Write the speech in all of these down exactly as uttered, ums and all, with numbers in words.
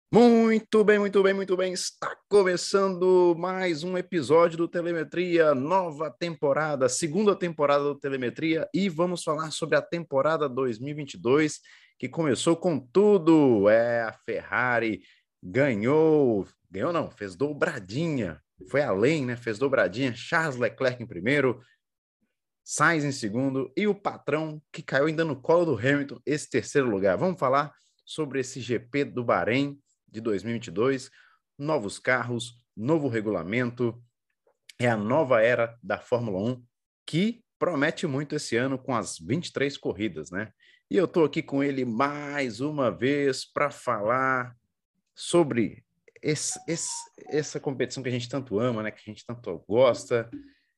Muito bem, muito bem, muito bem. Está começando mais um episódio do Telemetria, nova temporada, segunda temporada do Telemetria, e vamos falar sobre a temporada dois mil e vinte e dois, que começou com tudo. É, a Ferrari ganhou, ganhou não, fez dobradinha, foi além, né? Fez dobradinha, Charles Leclerc em primeiro, Sainz em segundo, e o patrão que caiu ainda no colo do Hamilton, esse terceiro lugar. Vamos falar sobre esse G P do Bahrein de dois mil e vinte e dois, novos carros, novo regulamento, é a nova era da Fórmula um, que promete muito esse ano com as vinte e três corridas, né? E eu estou aqui com ele mais uma vez para falar sobre esse, esse, essa competição que a gente tanto ama, né? Que a gente tanto gosta.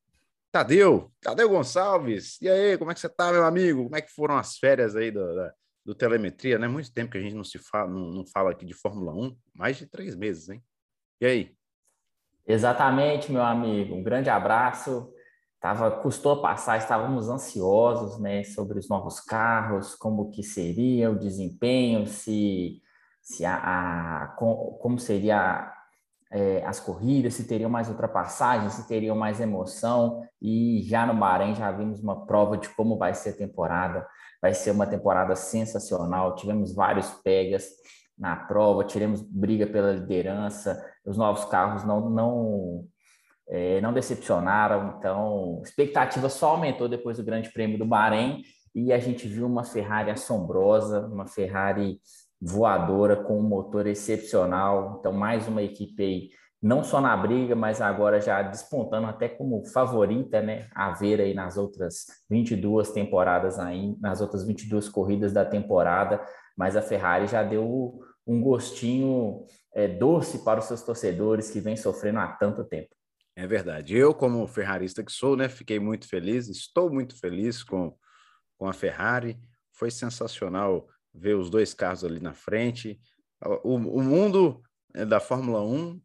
Tadeu, Tadeu Gonçalves, e aí, como é que você tá, meu amigo? Como é que foram as férias aí do, da, do Telemetria, né? Muito tempo que a gente não se fala, não, não fala aqui de Fórmula um, mais de três meses, hein? E aí? Exatamente, meu amigo. Um grande abraço. Tava, custou passar, estávamos ansiosos, né, sobre os novos carros, como que seria o desempenho, se, se a, a- com- como seria é, as corridas, se teriam mais ultrapassagens, se teriam mais emoção. E já no Bahrein já vimos uma prova de como vai ser a temporada. Vai ser uma temporada sensacional. Tivemos vários pegas na prova, tivemos briga pela liderança. Os novos carros não, não, é, não decepcionaram, então expectativa só aumentou depois do Grande Prêmio do Bahrein e a gente viu uma Ferrari assombrosa, uma Ferrari voadora com um motor excepcional. Então, mais uma equipe aí, não só na briga, mas agora já despontando até como favorita, né? A ver aí nas outras vinte e duas temporadas aí, nas outras vinte e duas corridas da temporada, mas a Ferrari já deu um gostinho é, doce para os seus torcedores que vem sofrendo há tanto tempo. É verdade. Eu, como ferrarista que sou, né, fiquei muito feliz, estou muito feliz com, com a Ferrari. Foi sensacional ver os dois carros ali na frente. O, o mundo é, da Fórmula um,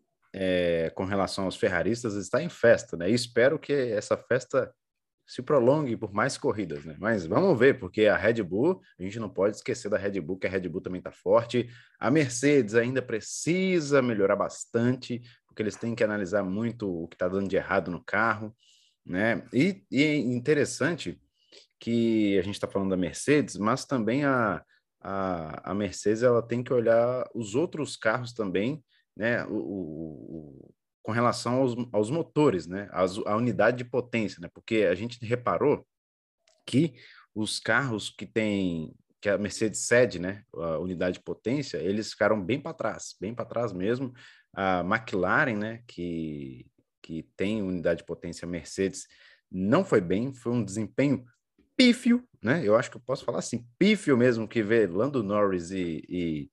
é, com relação aos ferraristas, está em festa, né? E espero que essa festa se prolongue por mais corridas, né? Mas vamos ver, porque a Red Bull, a gente não pode esquecer da Red Bull, que a Red Bull também está forte. A Mercedes ainda precisa melhorar bastante, porque eles têm que analisar muito o que está dando de errado no carro, né? E, e é interessante que a gente está falando da Mercedes, mas também a, a, a Mercedes ela tem que olhar os outros carros também, né? O, o, o com relação aos, aos motores, né? As, a unidade de potência, né? Porque a gente reparou que os carros que tem que a Mercedes cede, né, a unidade de potência, eles ficaram bem para trás, bem para trás mesmo. A McLaren, né, que que tem unidade de potência Mercedes, não foi bem, foi um desempenho pífio, né? Eu acho que eu posso falar assim, pífio mesmo, que vê Lando Norris e, e,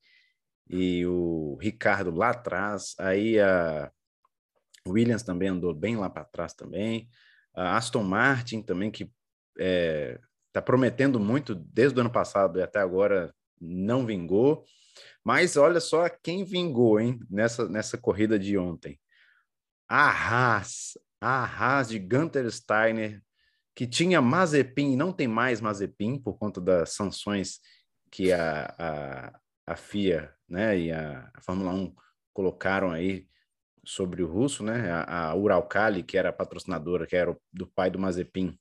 e o Ricardo lá atrás, aí a Williams também andou bem lá para trás também. A Aston Martin também, que é, tá prometendo muito desde o ano passado e até agora não vingou. Mas olha só quem vingou, hein, nessa, nessa corrida de ontem. A Haas, a Haas de Gunther Steiner, que tinha Mazepin e não tem mais Mazepin por conta das sanções que a, a, a FIA, né, e a, a Fórmula um colocaram aí sobre o russo, né? A, a Uralkali, que era a patrocinadora, que era o, do pai do Mazepin,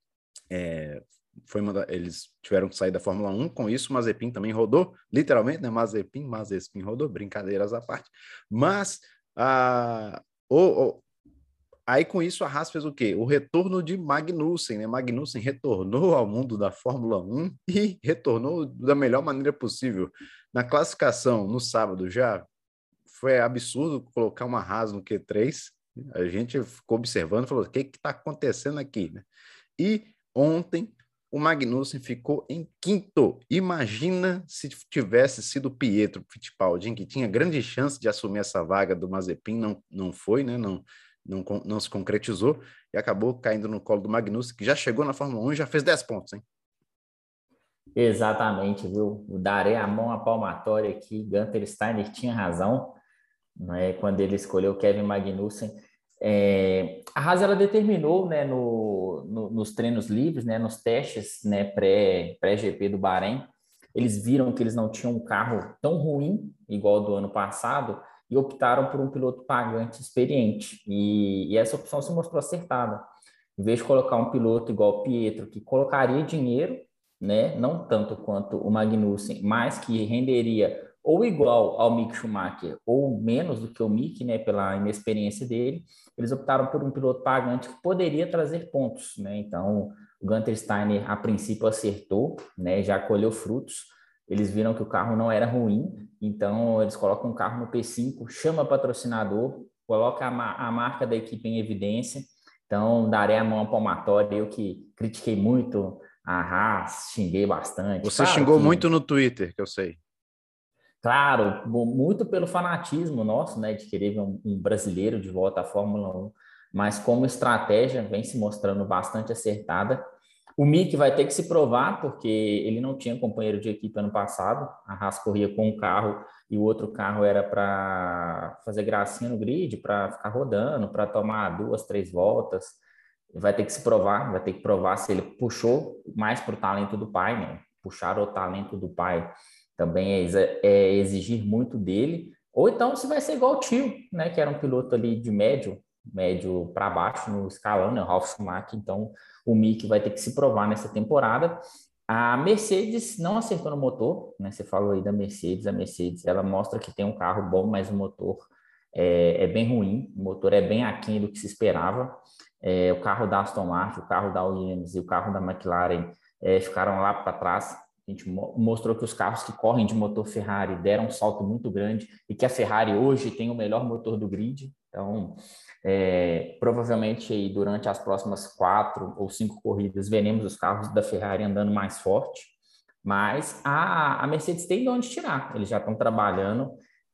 é, foi uma da, eles tiveram que sair da Fórmula um. Com isso, o Mazepin também rodou, literalmente, né? Mazepin, Mazepin rodou, brincadeiras à parte. Mas a, o, o, aí com isso a Haas fez o quê? O retorno de Magnussen, né? Magnussen retornou ao mundo da Fórmula um e retornou da melhor maneira possível. Na classificação, no sábado já, foi absurdo colocar uma Haas no Q três. A gente ficou observando e falou: o que está acontecendo aqui? Né? E ontem o Magnussen ficou em quinto. Imagina se tivesse sido Pietro Fittipaldi, que tinha grande chance de assumir essa vaga do Mazepin, não, não foi, né? Não, não, não se concretizou e acabou caindo no colo do Magnussen, que já chegou na Fórmula um e já fez dez pontos, hein? Exatamente, viu? Darei a mão à palmatória aqui. Gunther Steiner tinha razão, né, quando ele escolheu Kevin Magnussen. É, a Haas ela determinou, né, no, no, nos treinos livres, né, nos testes, né, pré, pré-G P do Bahrein, eles viram que eles não tinham um carro tão ruim, igual ao do ano passado, e optaram por um piloto pagante experiente. E, e essa opção se mostrou acertada. Em vez de colocar um piloto igual o Pietro, que colocaria dinheiro, né, não tanto quanto o Magnussen, mas que renderia ou igual ao Mick Schumacher, ou menos do que o Mick, né, pela inexperiência dele, eles optaram por um piloto pagante que poderia trazer pontos, né? Então, o Gunther Steiner, a princípio, acertou, né, já colheu frutos. Eles viram que o carro não era ruim, então eles colocam um carro no P cinco, chama patrocinador, coloca a, ma a marca da equipe em evidência. Então, darei a mão à palmatória, eu que critiquei muito a Haas, xinguei bastante. Você Claro xingou que muito no Twitter, que eu sei. Claro, muito pelo fanatismo nosso, né, de querer ver um, um brasileiro de volta à Fórmula um, mas como estratégia vem se mostrando bastante acertada. O Mick vai ter que se provar, porque ele não tinha companheiro de equipe ano passado. A Haas corria com um carro e o outro carro era para fazer gracinha no grid, para ficar rodando, para tomar duas, três voltas. Vai ter que se provar, vai ter que provar se ele puxou mais para o talento do pai, né? Puxar o talento do pai também é, é exigir muito dele, ou então se vai ser igual o tio, né, que era um piloto ali de médio, médio para baixo no escalão, né, o Ralf Schumacher. Então o Mick vai ter que se provar nessa temporada. A Mercedes não acertou no motor, né, você falou aí da Mercedes, a Mercedes ela mostra que tem um carro bom, mas o motor é, é bem ruim, o motor é bem aquém do que se esperava. É, o carro da Aston Martin, o carro da Williams e o carro da McLaren é, ficaram lá para trás. A gente mostrou que os carros que correm de motor Ferrari deram um salto muito grande e que a Ferrari hoje tem o melhor motor do grid. Então, é, provavelmente aí durante as próximas quatro ou cinco corridas veremos os carros da Ferrari andando mais forte. Mas a, a Mercedes tem de onde tirar. Eles já estão trabalhando.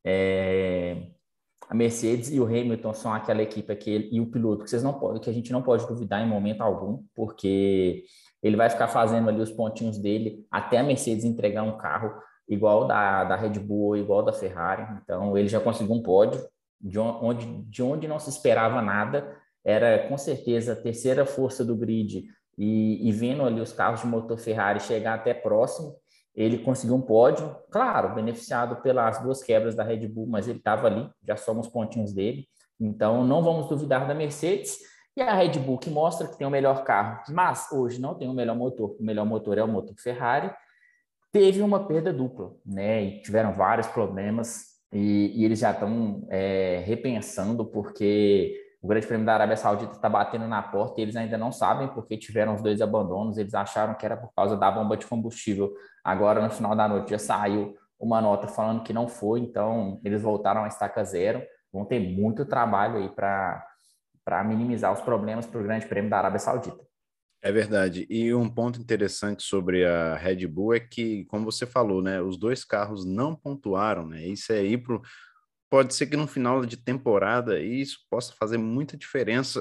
É, a Mercedes e o Hamilton são aquela equipe aquele, e o piloto que, vocês não podem, que a gente não pode duvidar em momento algum, porque ele vai ficar fazendo ali os pontinhos dele até a Mercedes entregar um carro igual da, da Red Bull, igual da Ferrari. Então, ele já conseguiu um pódio de onde, de onde não se esperava nada. Era, com certeza, a terceira força do grid e, e vendo ali os carros de motor Ferrari chegar até próximo, ele conseguiu um pódio, claro, beneficiado pelas duas quebras da Red Bull, mas ele estava ali, já somos pontinhos dele. Então, não vamos duvidar da Mercedes. E a Red Bull, que mostra que tem o melhor carro, mas hoje não tem o melhor motor. O melhor motor é o motor Ferrari. Teve uma perda dupla, né? E tiveram vários problemas. E, e eles já estão é, repensando, porque o Grande Prêmio da Arábia Saudita está batendo na porta e eles ainda não sabem porque tiveram os dois abandonos. Eles acharam que era por causa da bomba de combustível. Agora, no final da noite, já saiu uma nota falando que não foi. Então, eles voltaram à estaca zero. Vão ter muito trabalho aí para para minimizar os problemas para o Grande Prêmio da Arábia Saudita. É verdade. E um ponto interessante sobre a Red Bull é que, como você falou, né, os dois carros não pontuaram, né? Isso aí pro... pode ser que no final de temporada isso possa fazer muita diferença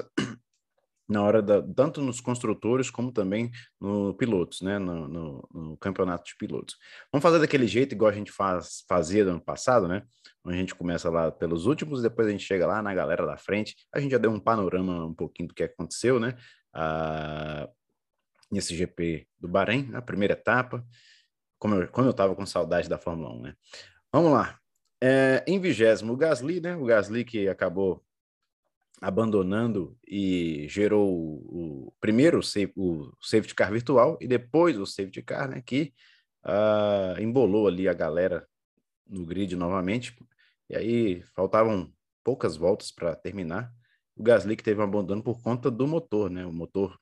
na hora da, tanto nos construtores como também no pilotos, né, no, no, no campeonato de pilotos. Vamos fazer daquele jeito igual a gente faz, fazia no ano passado, né? A gente começa lá pelos últimos, depois a gente chega lá na galera da frente. A gente já deu um panorama um pouquinho do que aconteceu, né? Ah, nesse G P do Bahrein, a primeira etapa, como eu, como eu tava com saudade da Fórmula um, né? Vamos lá. É, em vigésimo, o Gasly, né? O Gasly que acabou abandonando e gerou o, o primeiro o safety car virtual e depois o safety car, né, que uh, embolou ali a galera no grid novamente, e aí faltavam poucas voltas para terminar. O Gasly que teve um abandono por conta do motor, né, o motor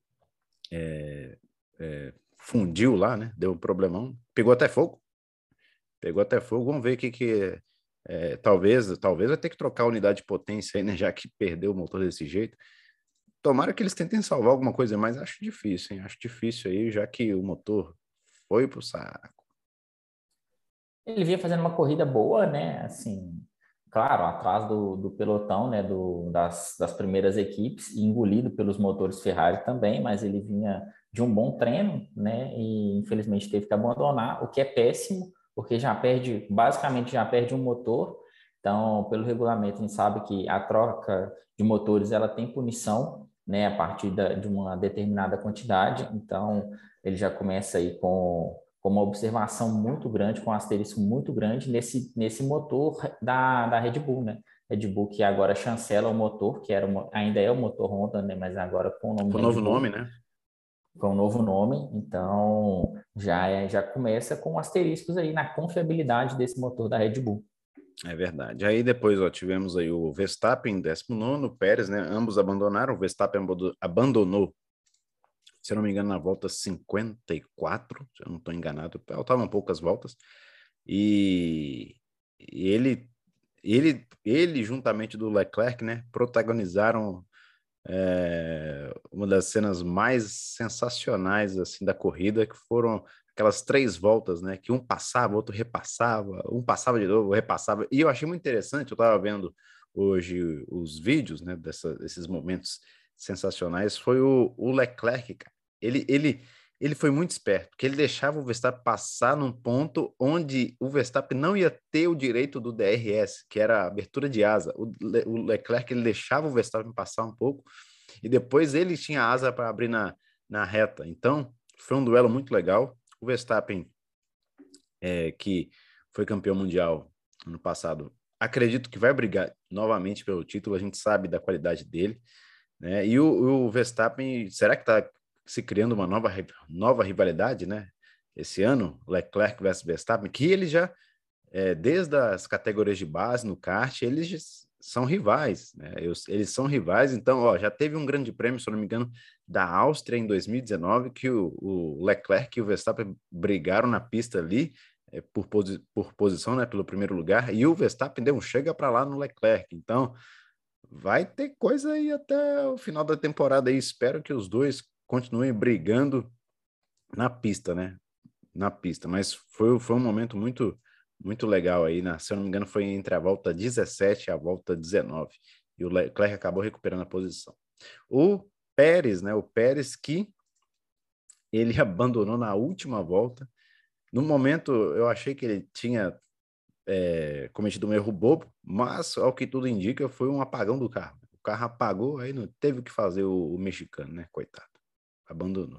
é, é, fundiu lá, né, deu um problemão, pegou até fogo, pegou até fogo, vamos ver o que que É, talvez, talvez vai ter que trocar a unidade de potência aí, né? Já que perdeu o motor desse jeito. Tomara que eles tentem salvar alguma coisa, mas acho difícil, hein? Acho difícil aí, já que o motor foi pro saco. Ele vinha fazendo uma corrida boa, né? Assim, claro, atrás do, do pelotão, né? Do, das, das primeiras equipes, e engolido pelos motores Ferrari também, mas ele vinha de um bom treino, né? E infelizmente teve que abandonar, o que é péssimo, porque já perde, basicamente já perde um motor. Então, pelo regulamento, a gente sabe que a troca de motores ela tem punição, né? A partir da, de uma determinada quantidade. Então, ele já começa aí com com uma observação muito grande, com um asterisco muito grande nesse, nesse motor da, da Red Bull, né? Red Bull que agora chancela o motor, que era uma, ainda é o motor Honda, né? Mas agora com o nome Com o Red novo Bull, nome, né? com um novo nome, então já, é, já começa com asteriscos aí na confiabilidade desse motor da Red Bull. É verdade. Aí depois, ó, tivemos aí o Verstappen em décimo nono, o Pérez, né? Ambos abandonaram. O Verstappen abandonou, se eu não me engano, na volta cinquenta e quatro, se eu não estou enganado. Faltavam poucas voltas. E, e ele, ele, ele, juntamente do Leclerc, né? Protagonizaram é, uma das cenas mais sensacionais assim da corrida, que foram aquelas três voltas, né? Que um passava, outro repassava, um passava de novo, repassava. E eu achei muito interessante, eu estava vendo hoje os vídeos, né? Dessa, desses momentos sensacionais, foi o, o Leclerc, cara. Ele, ele, ele foi muito esperto, porque ele deixava o Verstappen passar num ponto onde o Verstappen não ia ter o direito do D R S, que era a abertura de asa. O, Le, o Leclerc ele deixava o Verstappen passar um pouco e depois ele tinha asa para abrir na, na reta. Então, foi um duelo muito legal. O Verstappen, é, que foi campeão mundial ano passado, acredito que vai brigar novamente pelo título. A gente sabe da qualidade dele, né? E o, o Verstappen, será que está se criando uma nova, nova rivalidade, né? Esse ano, Leclerc versus Verstappen, que ele já, é, desde as categorias de base no kart, eles são rivais, né? Eles são rivais, então, ó, já teve um grande prêmio, se eu não me engano, da Áustria em dois mil e dezenove, que o, o Leclerc e o Verstappen brigaram na pista ali, é, por, posi por posição, né, pelo primeiro lugar, e o Verstappen deu um chega para lá no Leclerc, então vai ter coisa aí até o final da temporada aí. Espero que os dois continuem brigando na pista, né? Na pista. Mas foi, foi um momento muito, muito legal aí. Na, se eu não me engano, foi entre a volta dezessete e a volta dezenove. E o Leclerc acabou recuperando a posição. O Pérez, né? O Pérez que ele abandonou na última volta. No momento, eu achei que ele tinha é, cometido um erro bobo, mas, ao que tudo indica, foi um apagão do carro. O carro apagou, aí não teve o que fazer o, o mexicano, né? Coitado. Abandonou.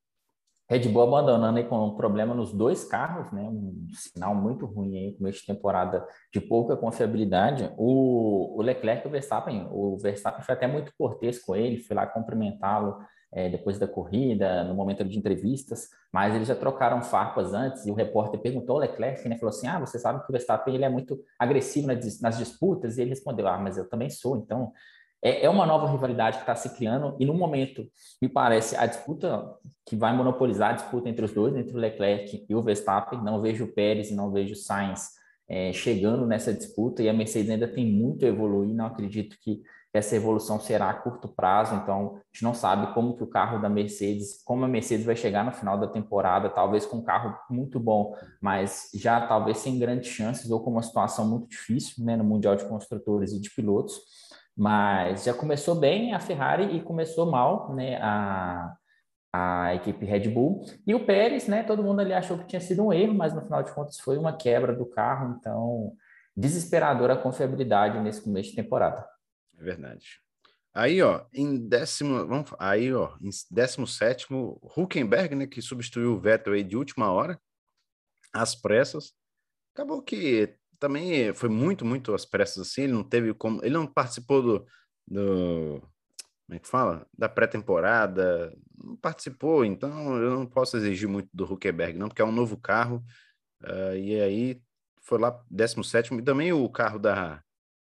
Red Bull abandonando aí com um problema nos dois carros, né? Um sinal muito ruim aí, começo de temporada de pouca confiabilidade. O, o Leclerc e o Verstappen, o Verstappen foi até muito cortês com ele, foi lá cumprimentá-lo é, depois da corrida, no momento de entrevistas, mas eles já trocaram farpas antes e o repórter perguntou ao Leclerc, né? Falou assim, ah, você sabe que o Verstappen ele é muito agressivo nas, nas disputas? E ele respondeu, ah, mas eu também sou, então é, é uma nova rivalidade que está se criando e no momento, me parece, a disputa que vai monopolizar a disputa entre os dois, entre o Leclerc e o Verstappen. Não vejo o Pérez e não vejo o Sainz é, chegando nessa disputa e a Mercedes ainda tem muito a evoluir. Não acredito que essa evolução será a curto prazo, então a gente não sabe como que o carro da Mercedes, como a Mercedes vai chegar no final da temporada, talvez com um carro muito bom, mas já talvez sem grandes chances ou com uma situação muito difícil, né, no Mundial de Construtores e de Pilotos. Mas já começou bem a Ferrari e começou mal, né, a, a equipe Red Bull. E o Pérez, né, todo mundo ali achou que tinha sido um erro, mas no final de contas foi uma quebra do carro, então desesperadora a confiabilidade nesse começo de temporada. É verdade. Aí, ó, em décimo, vamos, aí, ó, em décimo sétimo, Hülkenberg, né, que substituiu o Vettel aí de última hora, às pressas. Acabou que também foi muito, muito às pressas assim, ele não teve como, ele não participou do, do como é que fala? Da pré-temporada, não participou, então eu não posso exigir muito do Hülkenberg, não, porque é um novo carro, uh, e aí foi lá décimo sétimo, e também o carro da,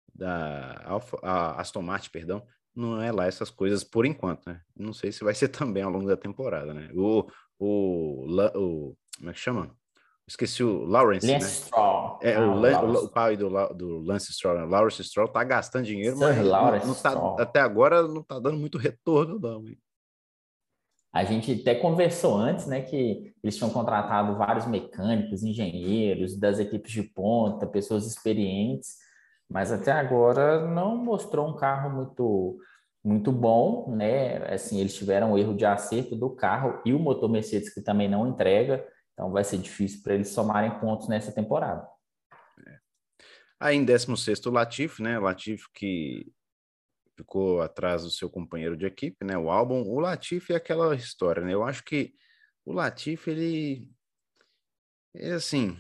da Alfa, a Aston Martin, perdão, não é lá essas coisas por enquanto, né? Não sei se vai ser também ao longo da temporada, né? O, o, o como é que chama? Esqueci o Lawrence, Lance né? Stroll. É, o, Ah, o o, o Lawrence. pai do, do Lance Stroll, né? Lawrence Stroll tá gastando dinheiro, Sir mas não, Lawrence não tá, Stroll. até agora não tá dando muito retorno, não. Hein? A gente até conversou antes, né, que eles tinham contratado vários mecânicos, engenheiros das equipes de ponta, pessoas experientes, mas até agora não mostrou um carro muito muito bom, né? Assim, eles tiveram um erro de acerto do carro e o motor Mercedes que também não entrega, então vai ser difícil para eles somarem pontos nessa temporada. Aí em décimo sexto o Latifi, né? O Latifi que ficou atrás do seu companheiro de equipe, né? O Albon. O Latifi é aquela história, né? Eu acho que o Latifi, ele E assim,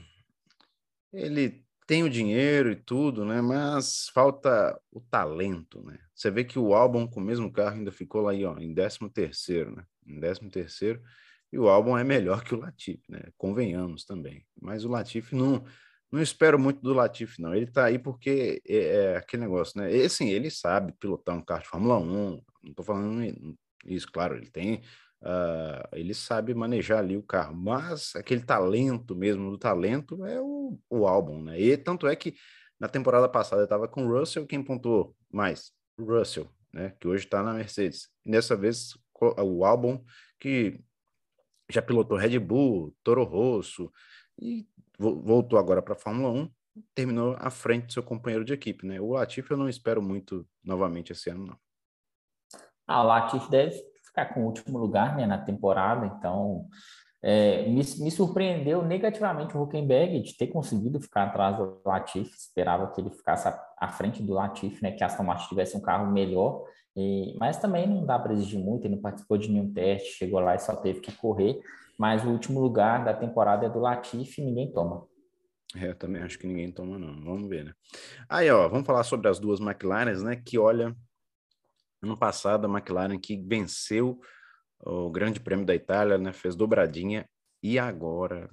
ele tem o dinheiro e tudo, né? Mas falta o talento, né? Você vê que o Albon com o mesmo carro ainda ficou lá aí, ó, em décimo terceiro, né? Em décimo terceiro, e o Albon é melhor que o Latifi, né? Convenhamos também. Mas o Latifi não, não espero muito do Latifi, não. Ele tá aí porque é, é aquele negócio, né? E, assim, ele sabe pilotar um carro de Fórmula um, não tô falando isso, claro, ele tem Uh, ele sabe manejar ali o carro, mas aquele talento mesmo do talento é o, o álbum, né? E tanto é que na temporada passada eu estava com o Russell, quem pontuou mais? O Russell, né? Que hoje está na Mercedes. E dessa vez o álbum que já pilotou Red Bull, Toro Rosso e voltou agora para a Fórmula um, terminou à frente do seu companheiro de equipe, né? O Latifi eu não espero muito novamente esse ano, não. Ah, o Latifi deve ficar com o último lugar, né, na temporada, então é, me, me surpreendeu negativamente o Hülkenberg de ter conseguido ficar atrás do Latifi, esperava que ele ficasse à, à frente do Latifi, né, que a Aston Martin tivesse um carro melhor, e, mas também não dá para exigir muito, ele não participou de nenhum teste, chegou lá e só teve que correr, mas o último lugar da temporada é do Latifi, ninguém toma. É, eu também acho que ninguém toma, não. Vamos ver, né? Aí, ó, vamos falar sobre as duas McLarens, né? Que, olha, ano passado a McLaren que venceu o Grande Prêmio da Itália, né? Fez dobradinha. E agora,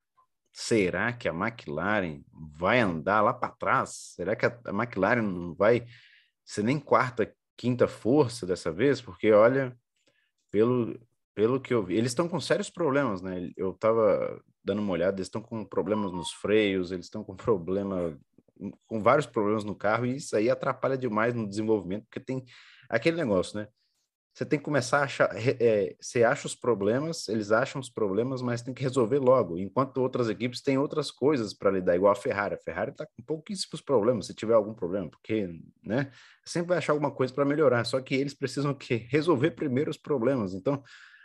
será que a McLaren vai andar lá para trás? Será que a McLaren não vai ser nem quarta, quinta força dessa vez? Porque, olha, pelo, pelo que eu vi, eles estão com sérios problemas, né? Eu estava dando uma olhada, eles estão com problemas nos freios, eles estão com problema, com vários problemas no carro, e isso aí atrapalha demais no desenvolvimento, porque tem aquele negócio, né? Você tem que começar a achar, é, você acha os problemas, eles acham os problemas, mas tem que resolver logo, enquanto outras equipes têm outras coisas para lidar, igual a Ferrari. A Ferrari está com pouquíssimos problemas, se tiver algum problema, porque, né, sempre vai achar alguma coisa para melhorar, só que eles precisam que resolver primeiro os problemas. Então,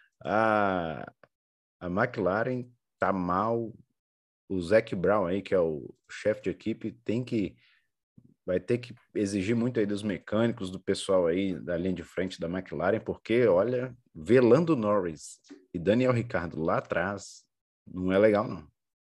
a, a McLaren tá mal, o Zac Brown aí, que é o chefe de equipe, tem que vai ter que exigir muito aí dos mecânicos, do pessoal aí da linha de frente da McLaren, porque, olha, ver Lando Norris e Daniel Ricciardo lá atrás não é legal, não.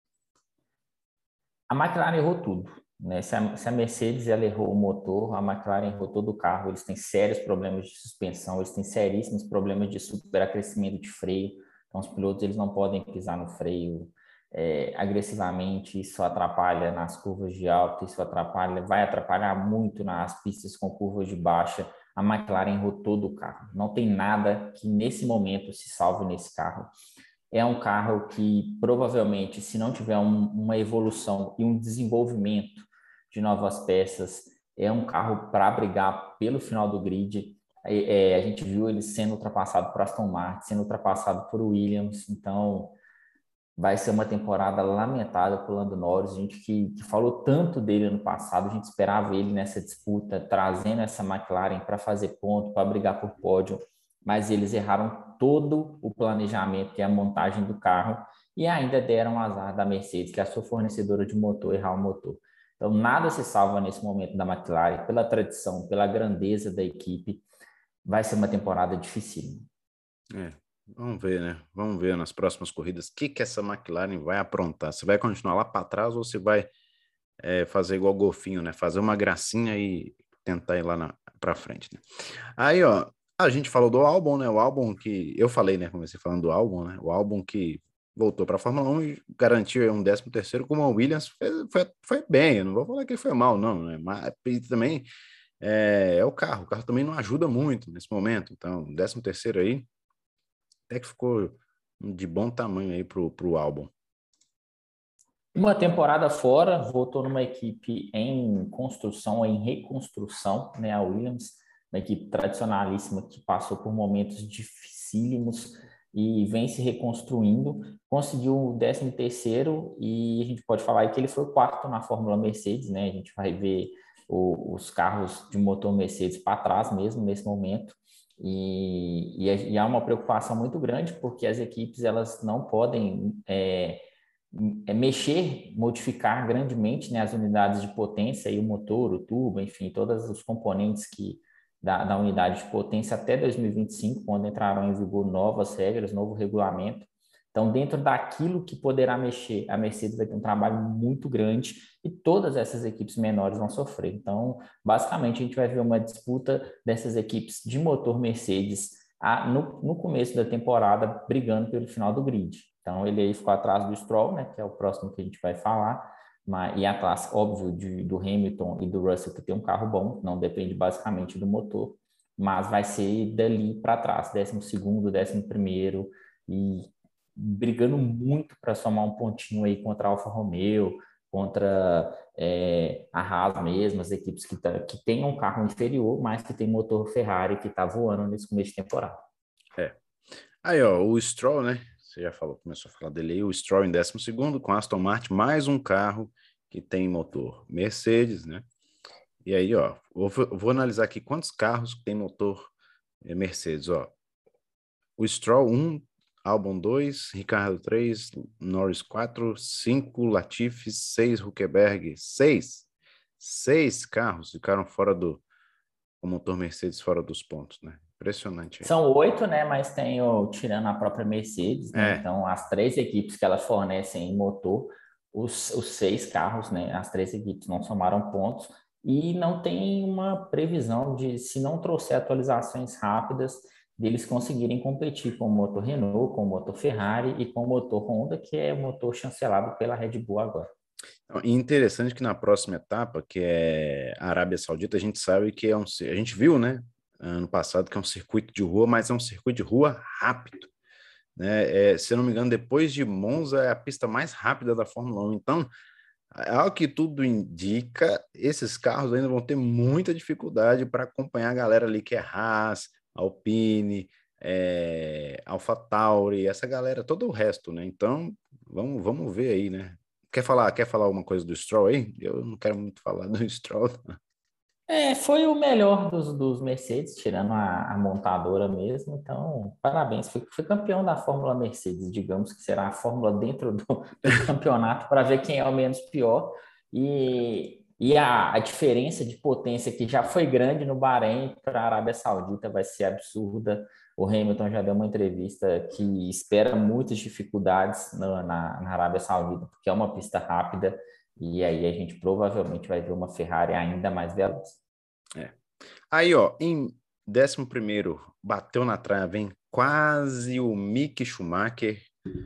A McLaren errou tudo, né? Se a, se a Mercedes ela errou o motor, a McLaren errou todo o carro. Eles têm sérios problemas de suspensão, eles têm seríssimos problemas de superacrescimento de freio. Então, os pilotos eles não podem pisar no freio é, agressivamente. Isso atrapalha nas curvas de alta, isso atrapalha, vai atrapalhar muito nas pistas com curvas de baixa. A McLaren errou todo o carro. Não tem nada que nesse momento se salve nesse carro. É um carro que provavelmente, se não tiver um, uma evolução e um desenvolvimento de novas peças, é um carro para brigar pelo final do grid. É, é, a gente viu ele sendo ultrapassado por Aston Martin, sendo ultrapassado por Williams, então vai ser uma temporada lamentável para o Lando Norris. A gente que, que falou tanto dele ano passado, a gente esperava ele nessa disputa, trazendo essa McLaren para fazer ponto, para brigar por pódio, mas eles erraram todo o planejamento, que é a montagem do carro, e ainda deram azar da Mercedes, que é a sua fornecedora de motor, errar o motor. Então, nada se salva nesse momento da McLaren, pela tradição, pela grandeza da equipe. Vai ser uma temporada difícil. É, vamos ver, né? Vamos ver nas próximas corridas o que, que essa McLaren vai aprontar. Se vai continuar lá para trás ou se vai é, fazer igual o golfinho, né? Fazer uma gracinha e tentar ir lá para frente, né? Aí, ó, a gente falou do álbum, né? O álbum que eu falei, né? Comecei falando do álbum, né? O álbum que voltou para a Fórmula um e garantiu um décimo terceiro, como a Williams fez, foi, foi bem. Eu não vou falar que foi mal, não, né? Mas também é, é o carro. O carro também não ajuda muito nesse momento. Então, décimo terceiro aí, até que ficou de bom tamanho aí pro, pro álbum. Uma temporada fora, voltou numa equipe em construção, em reconstrução, né, a Williams, uma equipe tradicionalíssima que passou por momentos dificílimos e vem se reconstruindo, conseguiu o décimo terceiro e a gente pode falar que ele foi o quarto na Fórmula Mercedes, né, a gente vai ver o, os carros de motor Mercedes para trás mesmo nesse momento, e, e, é, e há uma preocupação muito grande porque as equipes elas não podem... É, é mexer, modificar grandemente, né, as unidades de potência e o motor, o turbo, enfim, todos os componentes que da, da unidade de potência até dois mil e vinte e cinco, quando entraram em vigor novas regras, novo regulamento. Então, dentro daquilo que poderá mexer, a Mercedes vai ter um trabalho muito grande e todas essas equipes menores vão sofrer. Então, basicamente, a gente vai ver uma disputa dessas equipes de motor Mercedes a, no, no começo da temporada, brigando pelo final do grid. Então, ele aí ficou atrás do Stroll, né, que é o próximo que a gente vai falar, mas, e atrás, óbvio, de, do Hamilton e do Russell, que tem um carro bom, não depende basicamente do motor, mas vai ser dali para trás, décimo segundo, décimo primeiro, e brigando muito para somar um pontinho aí contra a Alfa Romeo, contra é, a Haas mesmo, as equipes que, tá, que têm um carro inferior, mas que tem motor Ferrari que está voando nesse começo de temporada. É. Aí, ó, o Stroll, né? Você já falou, começou a falar dele aí, o Stroll em décimo segundo, com a Aston Martin, mais um carro que tem motor Mercedes, né? E aí, ó, eu vou, eu vou analisar aqui quantos carros tem motor é, Mercedes, ó. O Stroll, um, Albon dois, Ricardo três, Norris quatro, cinco, Latifi seis, Hülkenberg seis. Seis carros ficaram fora do o motor Mercedes fora dos pontos, né? Impressionante. Aí. São oito, né? Mas tem o, tirando a própria Mercedes, né? É. Então, as três equipes que elas fornecem em motor, os, os seis carros, né? As três equipes não somaram pontos e não tem uma previsão de, se não trouxer atualizações rápidas, deles conseguirem competir com o motor Renault, com o motor Ferrari e com o motor Honda, que é o motor chancelado pela Red Bull agora. E interessante que na próxima etapa, que é a Arábia Saudita, a gente sabe que é um... A gente viu, né? Ano passado, que é um circuito de rua, mas é um circuito de rua rápido. Né? É, se eu não me engano, depois de Monza, é a pista mais rápida da Fórmula um. Então, ao que tudo indica, esses carros ainda vão ter muita dificuldade para acompanhar a galera ali que é Haas, Alpine, é, AlphaTauri, essa galera, todo o resto, né? Então, vamos, vamos ver aí, né? Quer falar, quer falar alguma coisa do Stroll aí? Eu não quero muito falar do Stroll. É, foi o melhor dos, dos Mercedes, tirando a, a montadora mesmo. Então, parabéns. Foi, foi campeão da Fórmula Mercedes, digamos que será a Fórmula dentro do, do campeonato para ver quem é o menos pior. E, e a, a diferença de potência que já foi grande no Bahrein para a Arábia Saudita vai ser absurda. O Hamilton já deu uma entrevista que espera muitas dificuldades na, na, na Arábia Saudita, porque é uma pista rápida. E aí a gente provavelmente vai ver uma Ferrari ainda mais veloz. É. Aí, ó, em décimo primeiro, bateu na trave, hein? Quase o Mick Schumacher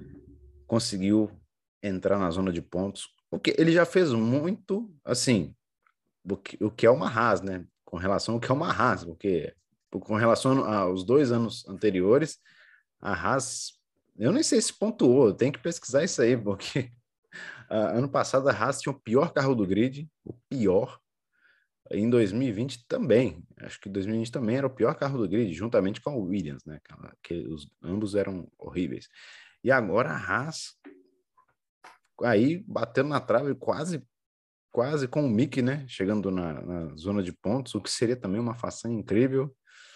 conseguiu entrar na zona de pontos, porque ele já fez muito, assim, o que, o que é uma Haas, né? Com relação ao que é uma Haas, porque com relação aos dois anos anteriores, a Haas, eu nem sei se pontuou, eu tenho que pesquisar isso aí, porque uh, ano passado a Haas tinha o pior carro do grid, o pior. Em dois mil e vinte também, acho que dois mil e vinte também era o pior carro do grid, juntamente com o Williams, né? Que os, ambos eram horríveis. E agora a Haas, aí batendo na trave, quase, quase com o Mick, né? Chegando na, na zona de pontos, o que seria também uma façanha incrível,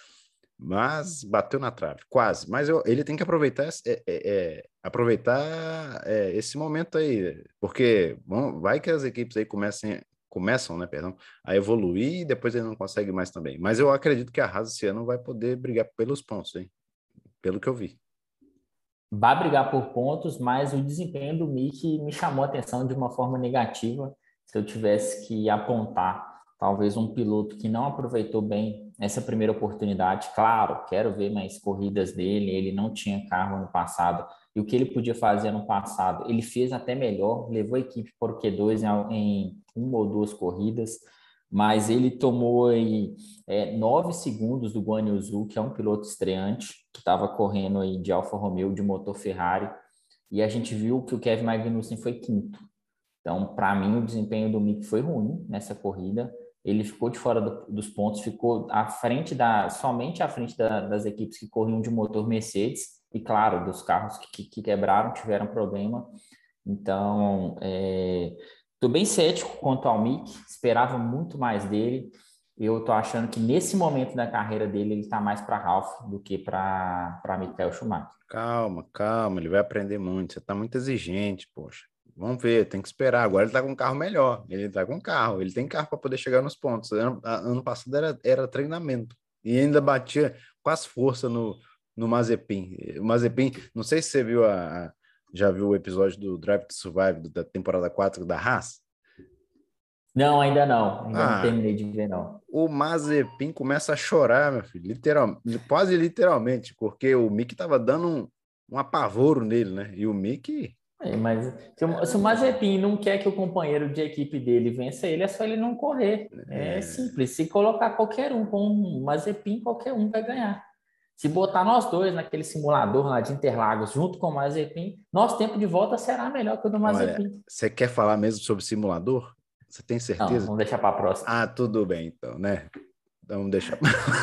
mas bateu na trave, quase. Mas eu, ele tem que aproveitar, é, é, é, aproveitar é, esse momento aí, porque bom, vai que as equipes aí comecem começam, né, perdão, a evoluir e depois ele não consegue mais também. Mas eu acredito que a Haas esse ano vai poder brigar pelos pontos, hein? Pelo que eu vi. Vai brigar por pontos, mas o desempenho do Mick me chamou a atenção de uma forma negativa. Se eu tivesse que apontar talvez um piloto que não aproveitou bem essa primeira oportunidade, claro, quero ver mais corridas dele, ele não tinha carro no passado, e o que ele podia fazer no passado, ele fez até melhor, levou a equipe para o Q dois em, em uma ou duas corridas, mas ele tomou aí, é, nove segundos do Guan Yu Zhou, que é um piloto estreante, que estava correndo aí de Alfa Romeo, de motor Ferrari, e a gente viu que o Kevin Magnussen foi quinto. Então, para mim, o desempenho do Mick foi ruim nessa corrida. Ele ficou de fora do, dos pontos, ficou à frente da, somente à frente da, das equipes que corriam de motor Mercedes, e claro, dos carros que, que quebraram, tiveram problema. Então, estou é, bem cético quanto ao Mick, esperava muito mais dele. Eu estou achando que nesse momento da carreira dele, ele está mais para Ralf do que para Michael Schumacher. Calma, calma, ele vai aprender muito. Você está muito exigente, poxa. Vamos ver, tem que esperar. Agora ele está com um carro melhor. Ele está com um carro, ele tem carro para poder chegar nos pontos. Ano, ano passado era, era treinamento e ainda batia com as forças no, no Mazepin. O Mazepin, não sei se você viu a, Já viu o episódio do Drive to Survive da temporada quatro da Haas? Não, ainda não. Ainda não Ah, terminei de ver, não. o Mazepin começa a chorar, meu filho, literal, quase literalmente, porque o Mick tava dando um, um apavoro nele, né? E o Mick. É, mas se o, se o É, Mazepin não quer que o companheiro de equipe dele vença ele, é só ele não correr. É é, simples. Se colocar qualquer um com o Mazepin, qualquer um vai ganhar. Se botar nós dois naquele simulador lá de Interlagos junto com o Mazepin, nosso tempo de volta será melhor que o do olha, Mazepin. você quer falar mesmo sobre simulador? Você tem Não, certeza? vamos deixar para a próxima. Ah, tudo bem, então, né? Então, vamos deixar.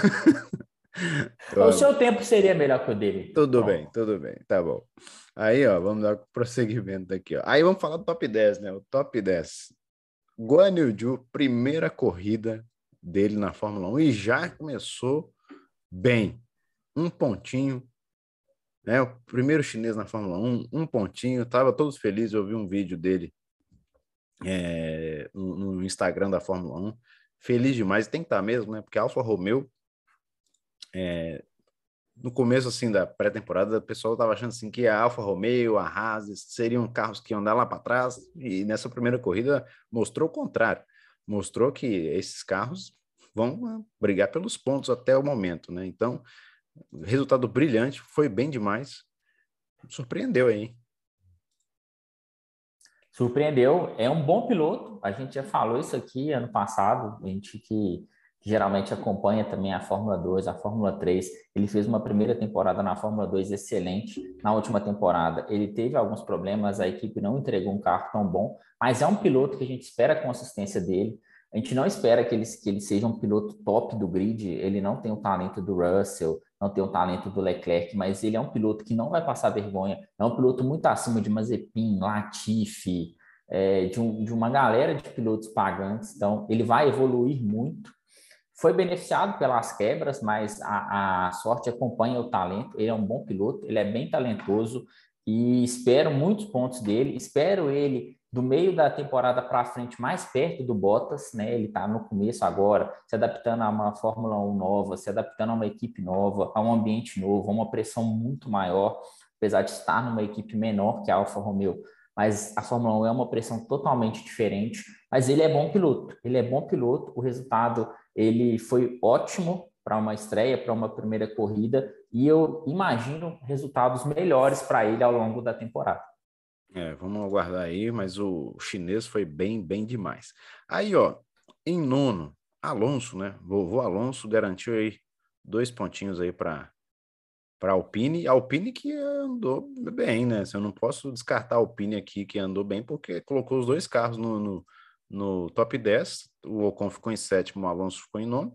O Então, seu tempo seria melhor que o dele, então. tudo bem, Pronto. tudo bem, tá bom. Aí, ó, vamos dar prosseguimento aqui, ó. Aí vamos falar do top dez, né? O top dez. Guan Yu Zhou, primeira corrida dele na Fórmula um e já começou bem. Um pontinho, né? O primeiro chinês na Fórmula um, um pontinho. Tava todos felizes, eu vi um vídeo dele é, no, no Instagram da Fórmula um. Feliz demais, tem que estar mesmo, né? Porque a Alfa Romeo, é, no começo assim da pré-temporada, o pessoal estava achando assim que a Alfa Romeo, a Haas seriam carros que iam andar lá para trás, e nessa primeira corrida mostrou o contrário. Mostrou que esses carros vão brigar pelos pontos até o momento, né? Então, resultado brilhante, foi bem demais. Surpreendeu aí. Surpreendeu, é um bom piloto. A gente já falou isso aqui ano passado. A gente que, que geralmente acompanha também a Fórmula dois, a Fórmula três. Ele fez uma primeira temporada na Fórmula dois excelente. Na última temporada, ele teve alguns problemas, a equipe não entregou um carro tão bom, mas é um piloto que a gente espera a consistência dele. A gente não espera que ele, que ele seja um piloto top do grid, ele não tem o talento do Russell, não tem o talento do Leclerc, mas ele é um piloto que não vai passar vergonha, é um piloto muito acima de Mazepin, Latifi, é, de, um, de uma galera de pilotos pagantes, então ele vai evoluir muito. Foi beneficiado pelas quebras, mas a, a sorte acompanha o talento, ele é um bom piloto, ele é bem talentoso e espero muitos pontos dele, espero ele do meio da temporada para frente mais perto do Bottas, né? Ele está no começo agora, se adaptando a uma Fórmula um nova, se adaptando a uma equipe nova, a um ambiente novo, a uma pressão muito maior, apesar de estar numa equipe menor que a Alfa Romeo, mas a Fórmula um é uma pressão totalmente diferente, mas ele é bom piloto, ele é bom piloto, o resultado ele foi ótimo para uma estreia, para uma primeira corrida, e eu imagino resultados melhores para ele ao longo da temporada. É, vamos aguardar aí, mas o chinês foi bem, bem demais. Aí, ó, em nono, Alonso, né? Vovô Alonso garantiu aí dois pontinhos aí para para Alpine. Alpine que andou bem, né? Eu não posso descartar a Alpine aqui que andou bem porque colocou os dois carros no, no, no top dez. O Ocon ficou em sétimo, o Alonso ficou em nono.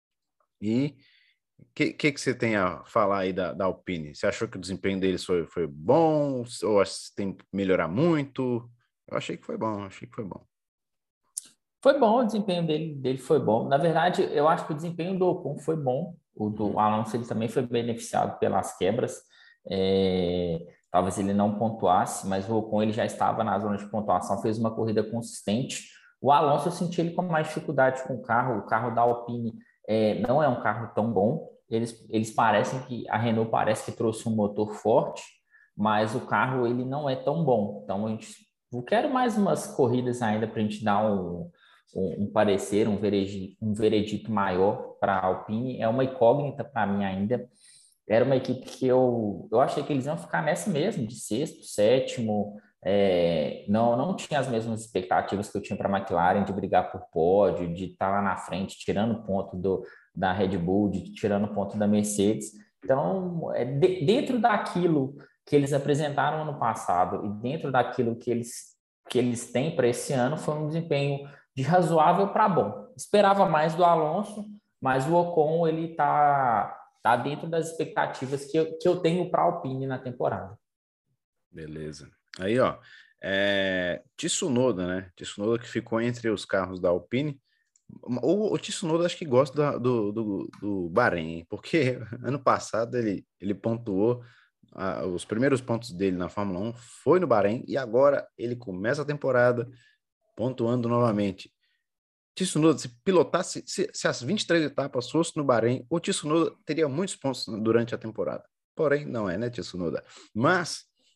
E o que, que, que você tem a falar aí da, da Alpine? Você achou que o desempenho deles foi, foi bom? Ou acha que tem que melhorar muito? Eu achei que foi bom, achei que foi bom. Foi bom, o desempenho dele, dele foi bom. Na verdade, eu acho que o desempenho do Ocon foi bom. O do Uhum. Alonso ele também foi beneficiado pelas quebras. É, talvez ele não pontuasse, mas o Ocon ele já estava na zona de pontuação, fez uma corrida consistente. O Alonso eu senti ele com mais dificuldade com o carro. O carro da Alpine é, não é um carro tão bom. Eles, eles parecem que a Renault parece que trouxe um motor forte, mas o carro ele não é tão bom. Então a gente, eu quero mais umas corridas ainda para a gente dar um um, um parecer, um veredito, um veredito maior para a Alpine. É uma incógnita para mim ainda. Era uma equipe que eu, eu achei que eles iam ficar nessa mesmo, de sexto, sétimo. É, não, não tinha as mesmas expectativas que eu tinha para a McLaren de brigar por pódio, de estar lá na frente, tirando ponto do, da Red Bull, de, tirando ponto da Mercedes. Então, é, de, dentro daquilo que eles apresentaram ano passado e dentro daquilo que eles, que eles têm para esse ano, foi um desempenho de razoável para bom. Esperava mais do Alonso, mas o Ocon ele está tá dentro das expectativas que eu, que eu tenho para a Alpine na temporada. Beleza. Aí, ó, é... Tsunoda, né? Tsunoda que ficou entre os carros da Alpine. O, o Tsunoda acho que gosta da, do, do, do Bahrein, hein? Porque ano passado ele, ele pontuou ah, os primeiros pontos dele na Fórmula um foi no Bahrein e agora ele começa a temporada pontuando novamente. Tsunoda, se pilotasse, se, se as vinte e três etapas fossem no Bahrein, o Tsunoda teria muitos pontos durante a temporada. Porém, não é, né, Tsunoda? Mas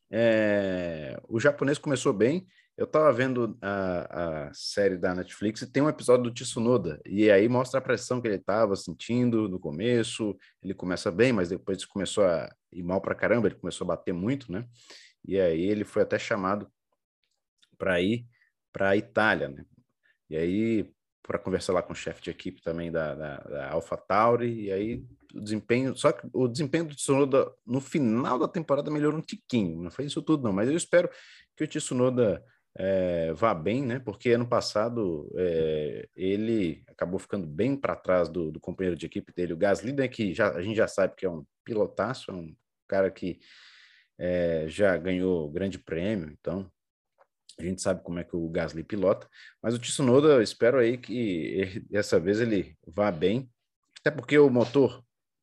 É, o japonês começou bem. Eu estava vendo a, a série da Netflix e tem um episódio do Tsunoda, e aí mostra a pressão que ele estava sentindo no começo. Ele começa bem, mas depois começou a ir mal para caramba, ele começou a bater muito, né? E aí ele foi até chamado para ir para a Itália, né? E aí, para conversar lá com o chefe de equipe também da, da, da AlphaTauri, e aí o desempenho, só que o desempenho do Tsunoda no final da temporada melhorou um tiquinho, não foi isso tudo não, mas eu espero que o Tsunoda é, vá bem, né? Porque ano passado é, ele acabou ficando bem para trás do, do companheiro de equipe dele, o Gasly, né? Que já, a gente já sabe que é um pilotaço, é um cara que é, já ganhou grande prêmio, então a gente sabe como é que o Gasly pilota, mas o Tsunoda, eu espero aí que dessa vez ele vá bem, até porque o motor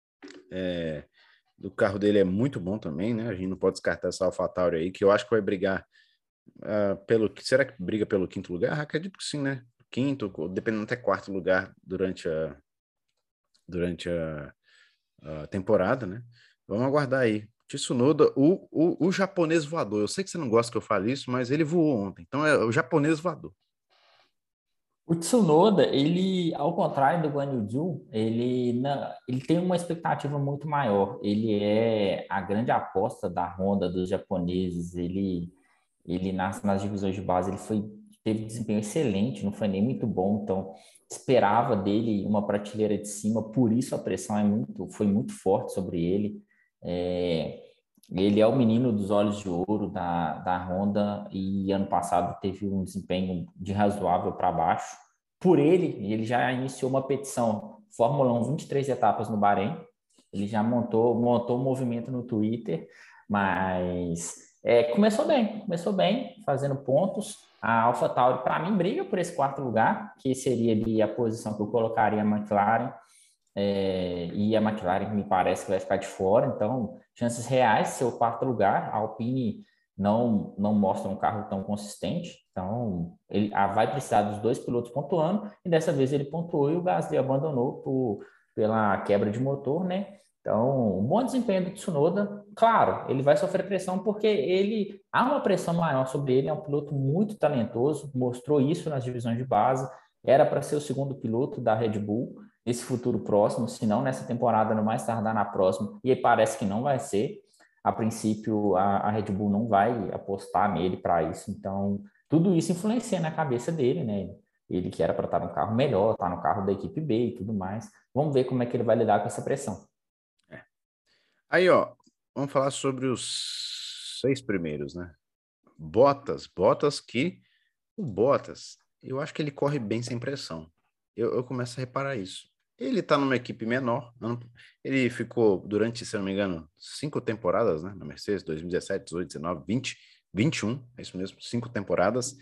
é, do carro dele é muito bom também, né? A gente não pode descartar essa AlphaTauri aí, que eu acho que vai brigar uh, pelo... Será que briga pelo quinto lugar? Acredito que sim, né? Quinto, dependendo até quarto lugar durante a, durante a, a temporada, né? Vamos aguardar aí. Tsunoda, o, o, o japonês voador. Eu sei que você não gosta que eu fale isso, mas ele voou ontem. Então é o japonês voador. O Tsunoda, ele, ao contrário do Guan Yu Zhou, ele, não, ele tem uma expectativa muito maior. Ele é a grande aposta da Honda, dos japoneses. Ele, ele nas, nas divisões de base, ele foi, teve desempenho excelente, não foi nem muito bom. Então, esperava dele uma prateleira de cima. Por isso a pressão é muito, foi muito forte sobre ele. É, ele é o menino dos olhos de ouro da, da Honda e ano passado teve um desempenho de razoável para baixo. Por ele, ele já iniciou uma petição Fórmula um, vinte e três etapas no Bahrein. Ele já montou, montou um movimento no Twitter, mas é, começou bem, começou bem, fazendo pontos. A AlphaTauri, para mim, briga por esse quarto lugar, que seria ali a posição que eu colocaria a McLaren. É, e a McLaren me parece que vai ficar de fora, então chances reais de ser o quarto lugar. A Alpine não não mostra um carro tão consistente, então ele ah, vai precisar dos dois pilotos pontuando e dessa vez ele pontuou e o Gasly abandonou por, pela quebra de motor, né? Então, um bom desempenho do Tsunoda, claro, ele vai sofrer pressão porque ele há uma pressão maior sobre ele, é um piloto muito talentoso, mostrou isso nas divisões de base, era para ser o segundo piloto da Red Bull nesse futuro próximo, se não nessa temporada, no mais tardar na próxima, e parece que não vai ser. A princípio, a, a Red Bull não vai apostar nele para isso, então tudo isso influencia na cabeça dele, né? Ele que era para estar no carro melhor, estar no carro da equipe B e tudo mais. Vamos ver como é que ele vai lidar com essa pressão. É. Aí, ó, vamos falar sobre os seis primeiros, né? Bottas, Bottas que o Bottas, eu acho que ele corre bem sem pressão. Eu, eu começo a reparar isso. Ele tá numa equipe menor, ele ficou durante, se não me engano, cinco temporadas, né, na Mercedes, dois mil e dezessete, dezoito, dezenove, vinte, vinte e um, é isso mesmo, cinco temporadas,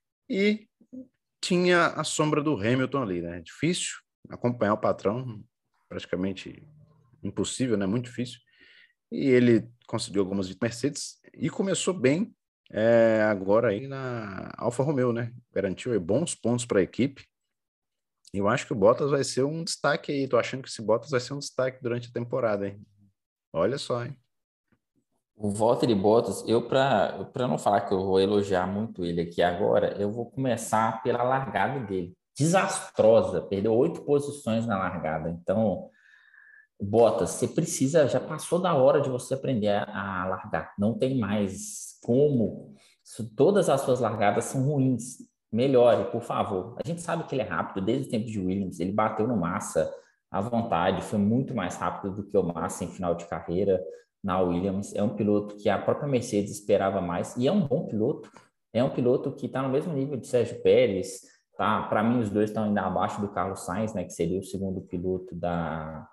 e tinha a sombra do Hamilton ali, né, difícil acompanhar o patrão, praticamente impossível, né, muito difícil, e ele conseguiu algumas vitórias Mercedes e começou bem é, agora aí na Alfa Romeo, né, garantiu aí bons pontos para a equipe. Eu acho que o Bottas vai ser um destaque aí. Tô achando que esse Bottas vai ser um destaque durante a temporada, hein? Olha só, hein? O Valtteri Bottas, eu para para não falar que eu vou elogiar muito ele aqui agora, eu vou começar pela largada dele. Desastrosa, perdeu oito posições na largada. Então, Bottas, você precisa, já passou da hora de você aprender a, a largar. Não tem mais como. Isso- todas as suas largadas são ruins. Melhore, por favor. A gente sabe que ele é rápido desde o tempo de Williams. Ele bateu no Massa à vontade, foi muito mais rápido do que o Massa em final de carreira na Williams. É um piloto que a própria Mercedes esperava mais e é um bom piloto. É um piloto que está no mesmo nível de Sérgio Pérez. Tá? Para mim, os dois estão ainda abaixo do Carlos Sainz, né, que seria o segundo piloto da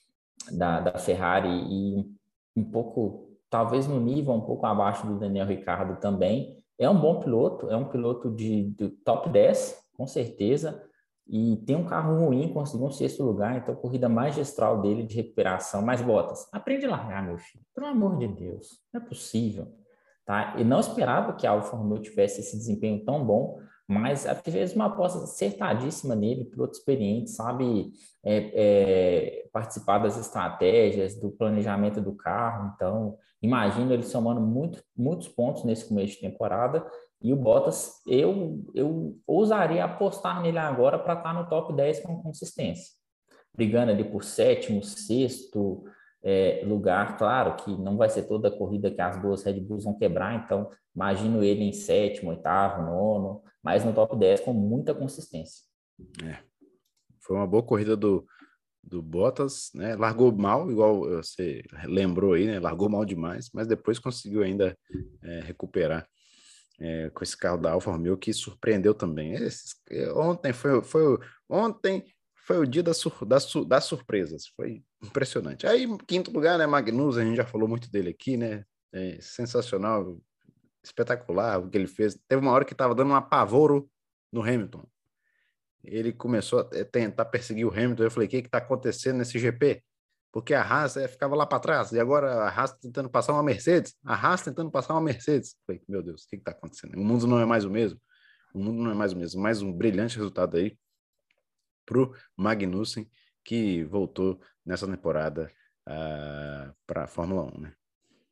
da, da Ferrari e um pouco, talvez no nível um pouco abaixo do Daniel Ricciardo também. É um bom piloto, é um piloto de, de top dez, com certeza, e tem um carro ruim, conseguiu um sexto lugar, então a corrida magistral dele de recuperação. Mas Bottas, aprende a largar, meu filho, pelo amor de Deus, não é possível. Tá? E não esperava que a Alfa Romeo tivesse esse desempenho tão bom, mas fez uma aposta acertadíssima nele, piloto experiente, sabe é, é, participar das estratégias, do planejamento do carro. Então, Imagino ele somando muito, muitos pontos nesse começo de temporada. E o Bottas, eu, eu ousaria apostar nele agora para estar no top dez com consistência. Brigando ali por sétimo, sexto é, lugar. Claro que não vai ser toda a corrida que as duas Red Bulls vão quebrar, então imagino ele em sétimo, oitavo, nono, mas no top dez com muita consistência. É. Foi uma boa corrida do, do Bottas, né? Largou mal, igual você lembrou aí, né? Largou mal demais, mas depois conseguiu ainda é, recuperar é, com esse carro da Alfa Romeo que surpreendeu também. Esse, ontem foi, foi ontem foi o dia das, sur, das, das surpresas, foi impressionante. Aí, em quinto lugar, né? Magnussen, a gente já falou muito dele aqui, né? É, sensacional, espetacular o que ele fez. Teve uma hora que estava dando um apavoro no Hamilton. Ele começou a tentar perseguir o Hamilton. Eu falei, o que está acontecendo nesse G P? Porque a Haas é, ficava lá para trás, e agora a Haas tentando passar uma Mercedes, a Haas tentando passar uma Mercedes. Eu falei, meu Deus, o que está acontecendo? O mundo não é mais o mesmo. O mundo não é mais o mesmo. Mais um brilhante resultado aí para o Magnussen, que voltou nessa temporada uh, para a Fórmula um, né?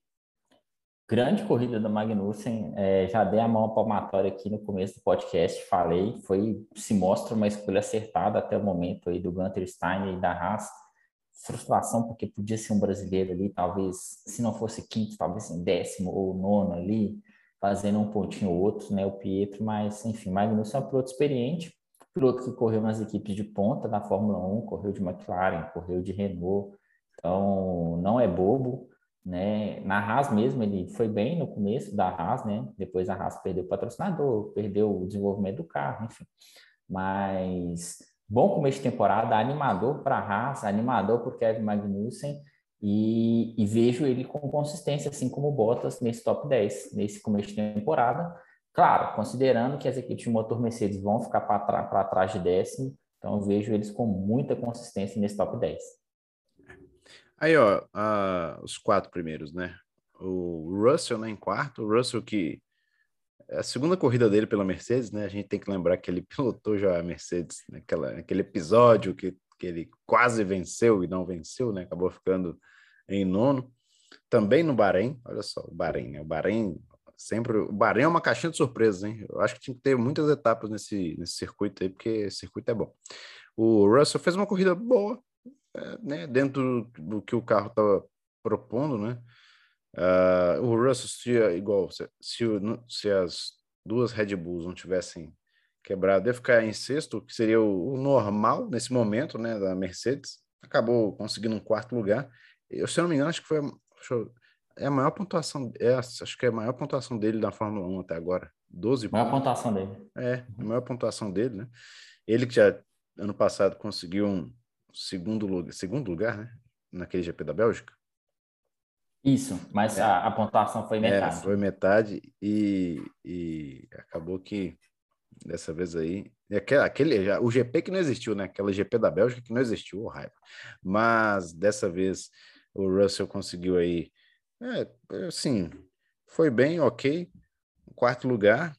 Grande corrida do Magnussen, é, já dei a mão palmatória aqui no começo do podcast, falei, foi, se mostra uma escolha acertada até o momento aí do Gunter Steiner e da Haas. Frustração, porque podia ser um brasileiro ali, talvez, se não fosse quinto, talvez em décimo ou nono ali, fazendo um pontinho ou outro, né, o Pietro, mas, enfim, Magnussen é um piloto experiente, piloto que correu nas equipes de ponta da Fórmula um, correu de McLaren, correu de Renault, então não é bobo, né? Na Haas mesmo, ele foi bem no começo da Haas, né? Depois a Haas perdeu o patrocinador, perdeu o desenvolvimento do carro, enfim. Mas bom começo de temporada, animador para a Haas, animador por Kevin Magnussen e, e vejo ele com consistência, assim como o Bottas nesse top dez, nesse começo de temporada. Claro, considerando que as equipes de motor Mercedes vão ficar para trás de décimo, então eu vejo eles com muita consistência nesse top dez. Aí, ó, uh, os quatro primeiros, né? O Russell, né, em quarto. O Russell que é a segunda corrida dele pela Mercedes, né? A gente tem que lembrar que ele pilotou já a Mercedes naquela, naquele episódio que, que ele quase venceu e não venceu, né? Acabou ficando em nono. Também no Bahrein, olha só, o Bahrein, né? O Bahrein sempre... O Bahrein é uma caixinha de surpresas, hein? Eu acho que tinha que ter muitas etapas nesse, nesse circuito aí, porque esse circuito é bom. O Russell fez uma corrida boa, né, dentro do que o carro estava propondo, né? Uh, o Russell, se, igual, se, se, se as duas Red Bulls não tivessem quebrado, ia ficar em sexto, que seria o, o normal nesse momento, né, da Mercedes. Acabou conseguindo um quarto lugar. Eu, se eu não me engano, acho que foi eu, é a maior pontuação, é, acho que é a maior pontuação dele na Fórmula um até agora, doze Maior pontos. pontuação dele. É, a maior pontuação dele, né? Ele que já ano passado conseguiu um segundo lugar, segundo lugar, né? Naquele G P da Bélgica. Isso, mas É, a, a pontuação foi é, metade. foi metade e, e acabou que dessa vez aí, aquele, aquele, o G P que não existiu, né? Aquela G P da Bélgica que não existiu, oh, raiva. Mas dessa vez o Russell conseguiu aí, é, assim, foi bem, ok, quarto lugar,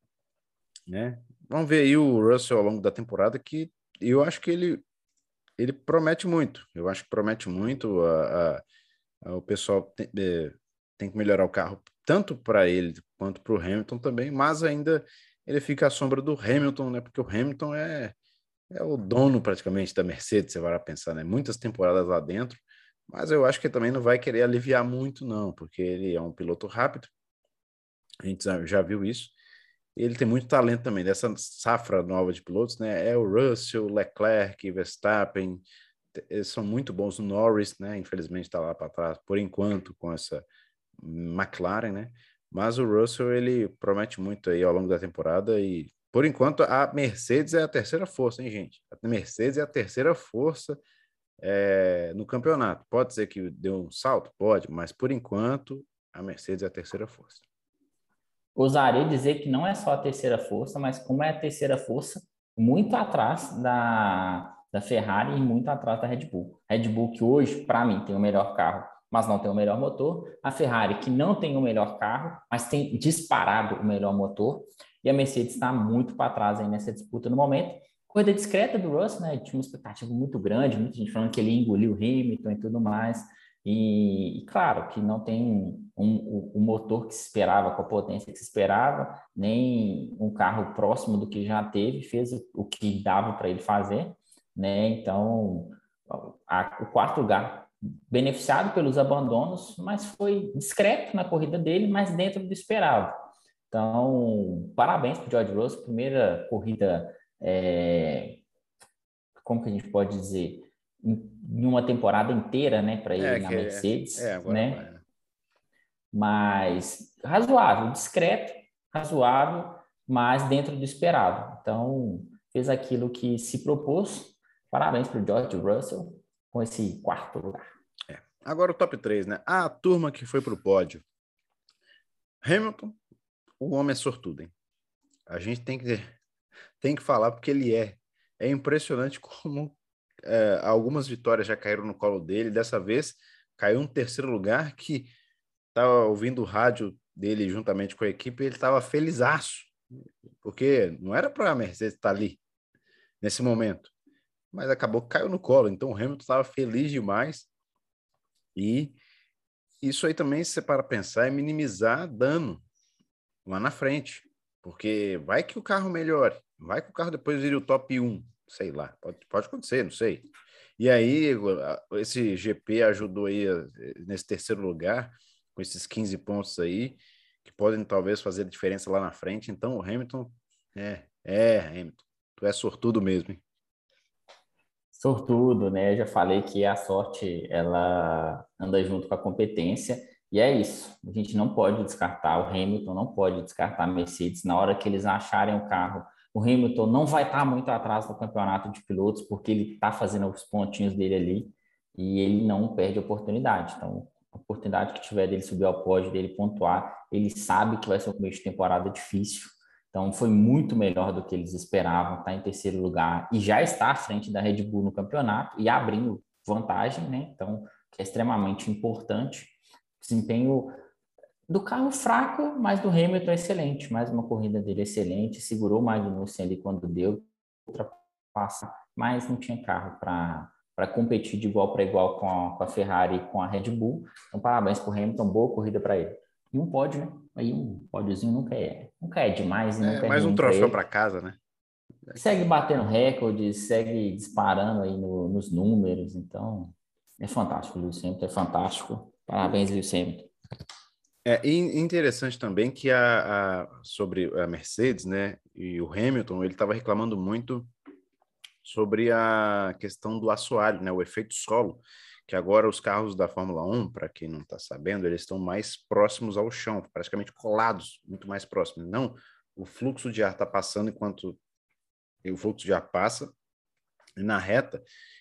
né? Vamos ver aí o Russell ao longo da temporada, que eu acho que ele ele promete muito. Eu acho que promete muito. A, a, a, o pessoal tem, é, tem que melhorar o carro, tanto para ele quanto para o Hamilton também, mas ainda ele fica à sombra do Hamilton, né? Porque o Hamilton é, é o dono praticamente da Mercedes, você vai pensar, né? Muitas temporadas lá dentro, mas eu acho que também não vai querer aliviar muito, não, porque ele é um piloto rápido, a gente já, já viu isso. Ele tem muito talento também, dessa safra nova de pilotos, né? É o Russell, Leclerc, Verstappen, eles são muito bons. O Norris, né? Infelizmente está lá para trás, por enquanto, com essa McLaren, né? Mas o Russell, ele promete muito aí ao longo da temporada e, por enquanto, a Mercedes é a terceira força, hein, gente? A Mercedes é a terceira força é, no campeonato. Pode ser que deu um salto? Pode, mas, por enquanto, a Mercedes é a terceira força. Ousaria dizer que não é só a terceira força, mas como é a terceira força, muito atrás da, da Ferrari e muito atrás da Red Bull. Red Bull que hoje, para mim, tem o melhor carro, mas não tem o melhor motor. A Ferrari que não tem o melhor carro, mas tem disparado o melhor motor. E a Mercedes está muito para trás aí nessa disputa no momento. Corrida discreta do Russell, né? Tinha uma expectativa muito grande, muita gente falando que ele engoliu o Hamilton e tudo mais. E, e claro que não tem um, um, o motor que se esperava, com a potência que se esperava, nem um carro próximo do que já teve, fez o, o que dava para ele fazer, né? Então, a, o quarto lugar, beneficiado pelos abandonos, mas foi discreto na corrida dele, mas dentro do esperado. Então, parabéns para o George Russell, primeira corrida, é, como que a gente pode dizer, em uma temporada inteira, né, para É, ele na que é, é, Mercedes, agora vai. né? Mas razoável, discreto, razoável, mas dentro do esperado. Então, fez aquilo que se propôs. Parabéns para o George Russell com esse quarto lugar. É. Agora o top três, né? A turma que foi para o pódio. Hamilton, o homem é sortudo, hein? A gente tem que, tem que falar porque ele é. É impressionante como é, algumas vitórias já caíram no colo dele. Dessa vez, caiu um terceiro lugar que estava ouvindo o rádio dele juntamente com a equipe e ele estava felizaço. Porque não era para a Mercedes estar ali nesse momento. Mas acabou que caiu no colo. Então o Hamilton estava feliz demais. E isso aí também, se você para pensar, é minimizar dano lá na frente. Porque vai que o carro melhore. Vai que o carro depois vire o top um. Sei lá, pode, pode acontecer, não sei. E aí, esse G P ajudou aí nesse terceiro lugar, com esses quinze pontos aí, que podem talvez fazer a diferença lá na frente. Então, o Hamilton, é, é, Hamilton, tu é sortudo mesmo, hein? Sortudo, né? Eu já falei que a sorte ela anda junto com a competência e é isso. A gente não pode descartar o Hamilton, não pode descartar a Mercedes na hora que eles acharem o carro. O Hamilton não vai estar muito atrás do campeonato de pilotos porque ele está fazendo os pontinhos dele ali e ele não perde a oportunidade. Então, a oportunidade que tiver dele subir ao pódio, dele pontuar, ele sabe que vai ser um começo de temporada difícil. Então, foi muito melhor do que eles esperavam, está em terceiro lugar e já está à frente da Red Bull no campeonato e abrindo vantagem, né? Então, que é extremamente importante. Desempenho do carro fraco, mas do Hamilton excelente. Mais uma corrida dele excelente, segurou o Magnussen ali quando deu, ultrapassa, mas não tinha carro para para competir de igual para igual com a, com a Ferrari e com a Red Bull. Então, parabéns para o Hamilton, boa corrida para ele. E um pódio, né? Aí um pódiozinho nunca é, nunca é demais e É nunca é mais um ruim para troféu ele. para casa, né? Segue batendo recordes, segue disparando aí no, nos números. Então, é fantástico, Lewis Hamilton, é fantástico. Parabéns, Lewis Hamilton. É interessante também que a, a, sobre a Mercedes, né, e o Hamilton, ele estava reclamando muito sobre a questão do assoalho, né, o efeito solo, que agora os carros da Fórmula um, para quem não está sabendo, eles estão mais próximos ao chão, praticamente colados, muito mais próximos. Não, o fluxo de ar está passando enquanto o fluxo de ar passa, e na reta,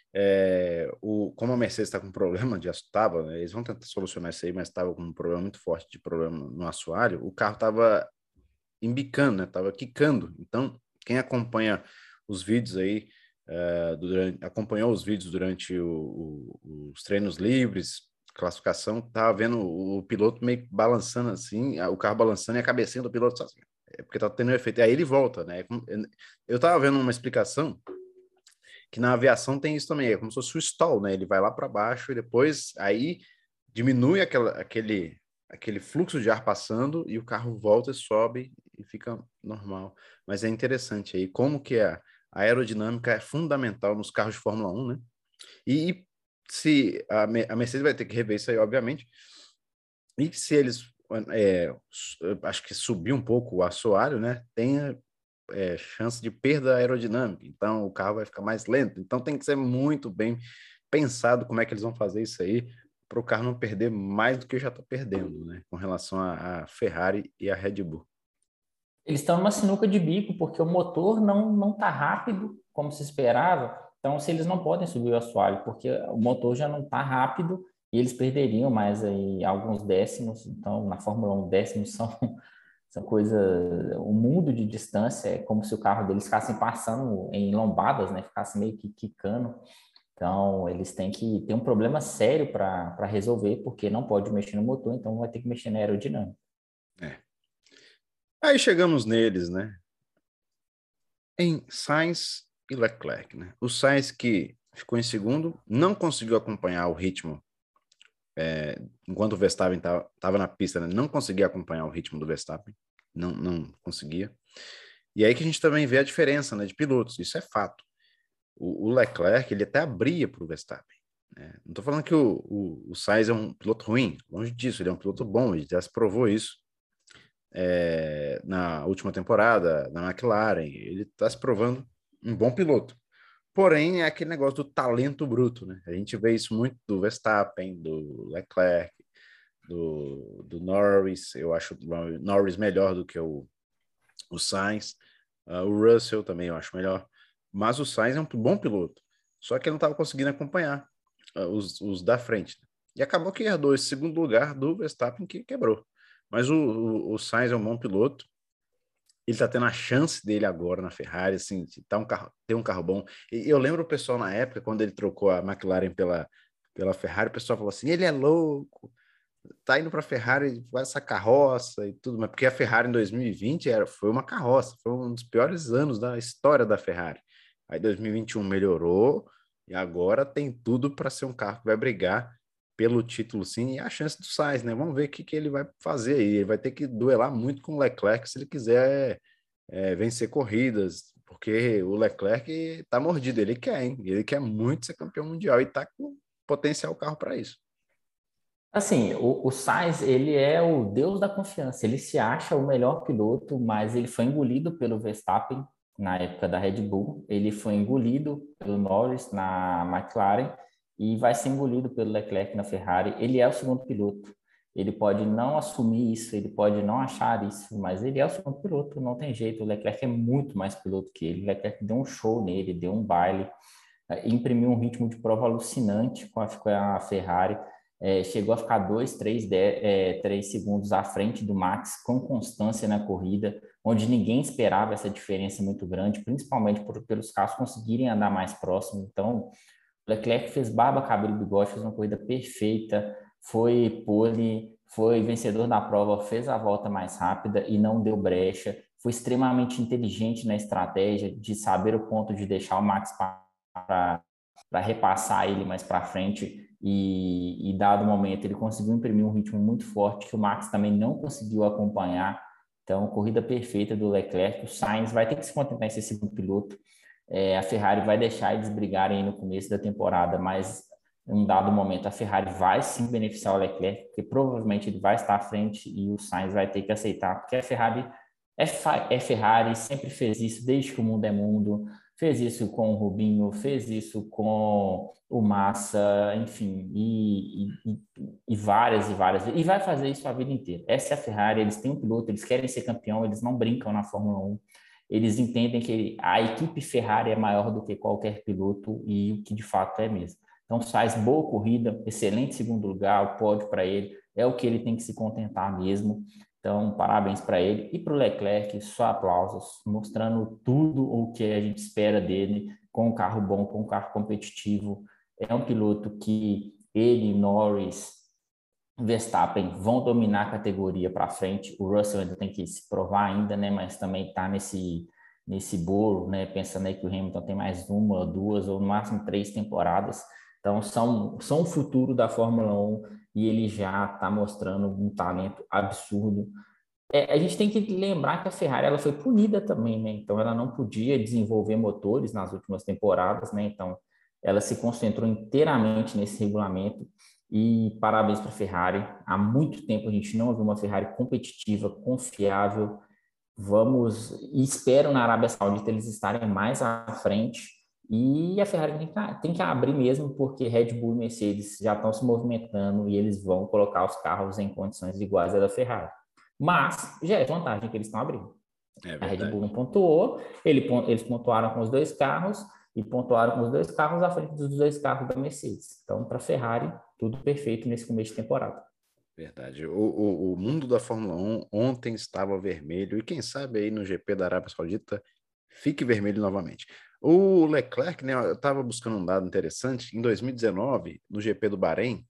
é, o, como a Mercedes está com problema de estava, né, eles vão tentar solucionar isso aí, mas estava com um problema muito forte de problema no assoalho, o carro estava embicando, né? Estava quicando. Então, quem acompanha os vídeos aí, uh, durante, acompanhou os vídeos durante o, o, os treinos livres, classificação, estava vendo o, o piloto meio balançando assim, o carro balançando e a cabecinha do piloto assim, é porque tá tendo um efeito. Aí ele volta, né? Eu estava vendo uma explicação que na aviação tem isso também, é como se fosse o stall, né? Ele vai lá para baixo e depois aí diminui aquela, aquele, aquele fluxo de ar passando e o carro volta e sobe e fica normal. Mas é interessante aí como que a, a aerodinâmica é fundamental nos carros de Fórmula um, né? E, e se a, a Mercedes vai ter que rever isso aí, obviamente, e se eles, é, acho que subir um pouco o assoalho, né? Tem é, chance de perda aerodinâmica, então o carro vai ficar mais lento. Então tem que ser muito bem pensado como é que eles vão fazer isso aí para o carro não perder mais do que já está perdendo, né? Com relação a, a Ferrari e a Red Bull. Eles estão numa sinuca de bico, porque o motor não não está rápido como se esperava. Então, se eles não podem subir o assoalho, porque o motor já não está rápido e eles perderiam mais aí alguns décimos. Então, na Fórmula um, décimos são, são coisa, um mundo de distância. É como se o carro deles ficasse passando em lombadas, né? Ficasse meio que quicando. Então, eles têm que ter um problema sério para para resolver, porque não pode mexer no motor, então vai ter que mexer na aerodinâmica. É. Aí chegamos neles, né? Em Sainz e Leclerc, né? O Sainz que ficou em segundo, não conseguiu acompanhar o ritmo é, enquanto o Verstappen estava na pista, né, não conseguia acompanhar o ritmo do Verstappen, não, não conseguia. E aí que a gente também vê a diferença, né, de pilotos, isso é fato. O, o Leclerc, ele até abria para o Verstappen, né? Não estou falando que o, o, o Sainz é um piloto ruim, longe disso, ele é um piloto bom, ele já se provou isso é, na última temporada, na McLaren, ele está se provando um bom piloto. Porém, é aquele negócio do talento bruto, né? A gente vê isso muito do Verstappen, do Leclerc, do, do Norris. Eu acho o Norris melhor do que o, o Sainz. Uh, o Russell também eu acho melhor. Mas o Sainz é um bom piloto. Só que ele não estava conseguindo acompanhar uh, os, os da frente. E acabou que herdou esse segundo lugar do Verstappen que quebrou. Mas o, o, o Sainz é um bom piloto. Ele tá tendo a chance dele agora na Ferrari, assim, de tá um carro, ter um carro bom. E eu lembro o pessoal na época, quando ele trocou a McLaren pela, pela Ferrari, o pessoal falou assim, ele é louco, tá indo para a Ferrari com essa carroça e tudo, mas porque a Ferrari em dois mil e vinte era, foi uma carroça, foi um dos piores anos da história da Ferrari. Aí dois mil e vinte e um melhorou e agora tem tudo para ser um carro que vai brigar pelo título, sim, e a chance do Sainz, né? Vamos ver o que, que ele vai fazer aí. Ele vai ter que duelar muito com o Leclerc se ele quiser é, vencer corridas, porque o Leclerc tá mordido, ele quer, hein? Ele quer muito ser campeão mundial e tá com potencial carro para isso. Assim, o, o Sainz, ele é o deus da confiança. Ele se acha o melhor piloto, mas ele foi engolido pelo Verstappen na época da Red Bull. Ele foi engolido pelo Norris na McLaren e vai ser engolido pelo Leclerc na Ferrari. Ele é o segundo piloto. Ele pode não assumir isso, ele pode não achar isso, mas ele é o segundo piloto, não tem jeito. O Leclerc é muito mais piloto que ele. O Leclerc deu um show nele, deu um baile, imprimiu um ritmo de prova alucinante com a, com a Ferrari. É, chegou a ficar dois, três, dez, é, três segundos à frente do Max com constância na corrida, onde ninguém esperava essa diferença muito grande, principalmente por, pelos carros conseguirem andar mais próximo. Então, o Leclerc fez barba, cabelo, bigode, fez uma corrida perfeita, foi pole, foi vencedor da prova, fez a volta mais rápida e não deu brecha, foi extremamente inteligente na estratégia de saber o ponto de deixar o Max para repassar ele mais para frente e, e, dado o momento, ele conseguiu imprimir um ritmo muito forte que o Max também não conseguiu acompanhar. Então, corrida perfeita do Leclerc. O Sainz vai ter que se contentar em ser segundo piloto. É, a Ferrari vai deixar eles brigarem no começo da temporada, mas em um dado momento a Ferrari vai sim beneficiar o Leclerc, porque provavelmente ele vai estar à frente e o Sainz vai ter que aceitar, porque a Ferrari é, é Ferrari, sempre fez isso desde que o mundo é mundo. Fez isso com o Rubinho, fez isso com o Massa, enfim, e, e, e várias e várias, e vai fazer isso a vida inteira. Essa é a Ferrari, eles têm um piloto, eles querem ser campeão, eles não brincam na Fórmula um, eles entendem que a equipe Ferrari é maior do que qualquer piloto e o que de fato é mesmo. Então, faz boa corrida, excelente segundo lugar, o pódio para ele, é o que ele tem que se contentar mesmo. Então, parabéns para ele. E para o Leclerc, só aplausos, mostrando tudo o que a gente espera dele, com um carro bom, com um carro competitivo. É um piloto que ele, Norris, Verstappen vão dominar a categoria para frente. O Russell ainda tem que se provar ainda, né? Mas também está nesse, nesse bolo, né? Pensando aí que o Hamilton tem mais uma, duas ou no máximo três temporadas. Então, são, são o futuro da Fórmula um e ele já está mostrando um talento absurdo. É, a gente tem que lembrar que a Ferrari ela foi punida também, né? Então, ela não podia desenvolver motores nas últimas temporadas, né? Então, ela se concentrou inteiramente nesse regulamento. E parabéns para a Ferrari. Há muito tempo a gente não viu uma Ferrari competitiva, confiável. Vamos e espero na Arábia Saudita eles estarem mais à frente. E a Ferrari tem que, tem que abrir mesmo, porque Red Bull e Mercedes já estão se movimentando e eles vão colocar os carros em condições iguais à da Ferrari. Mas já é vantagem que eles estão abrindo. É A Red Bull verdade. não pontuou, ele, eles pontuaram com os dois carros e pontuaram com os dois carros à frente dos dois carros da Mercedes. Então, para a Ferrari, tudo perfeito nesse começo de temporada. Verdade. O, o, o mundo da Fórmula um ontem estava vermelho e quem sabe aí no G P da Arábia Saudita fique vermelho novamente. O Leclerc, né, eu estava buscando um dado interessante, em dois mil e dezenove, no G P do Bahrein,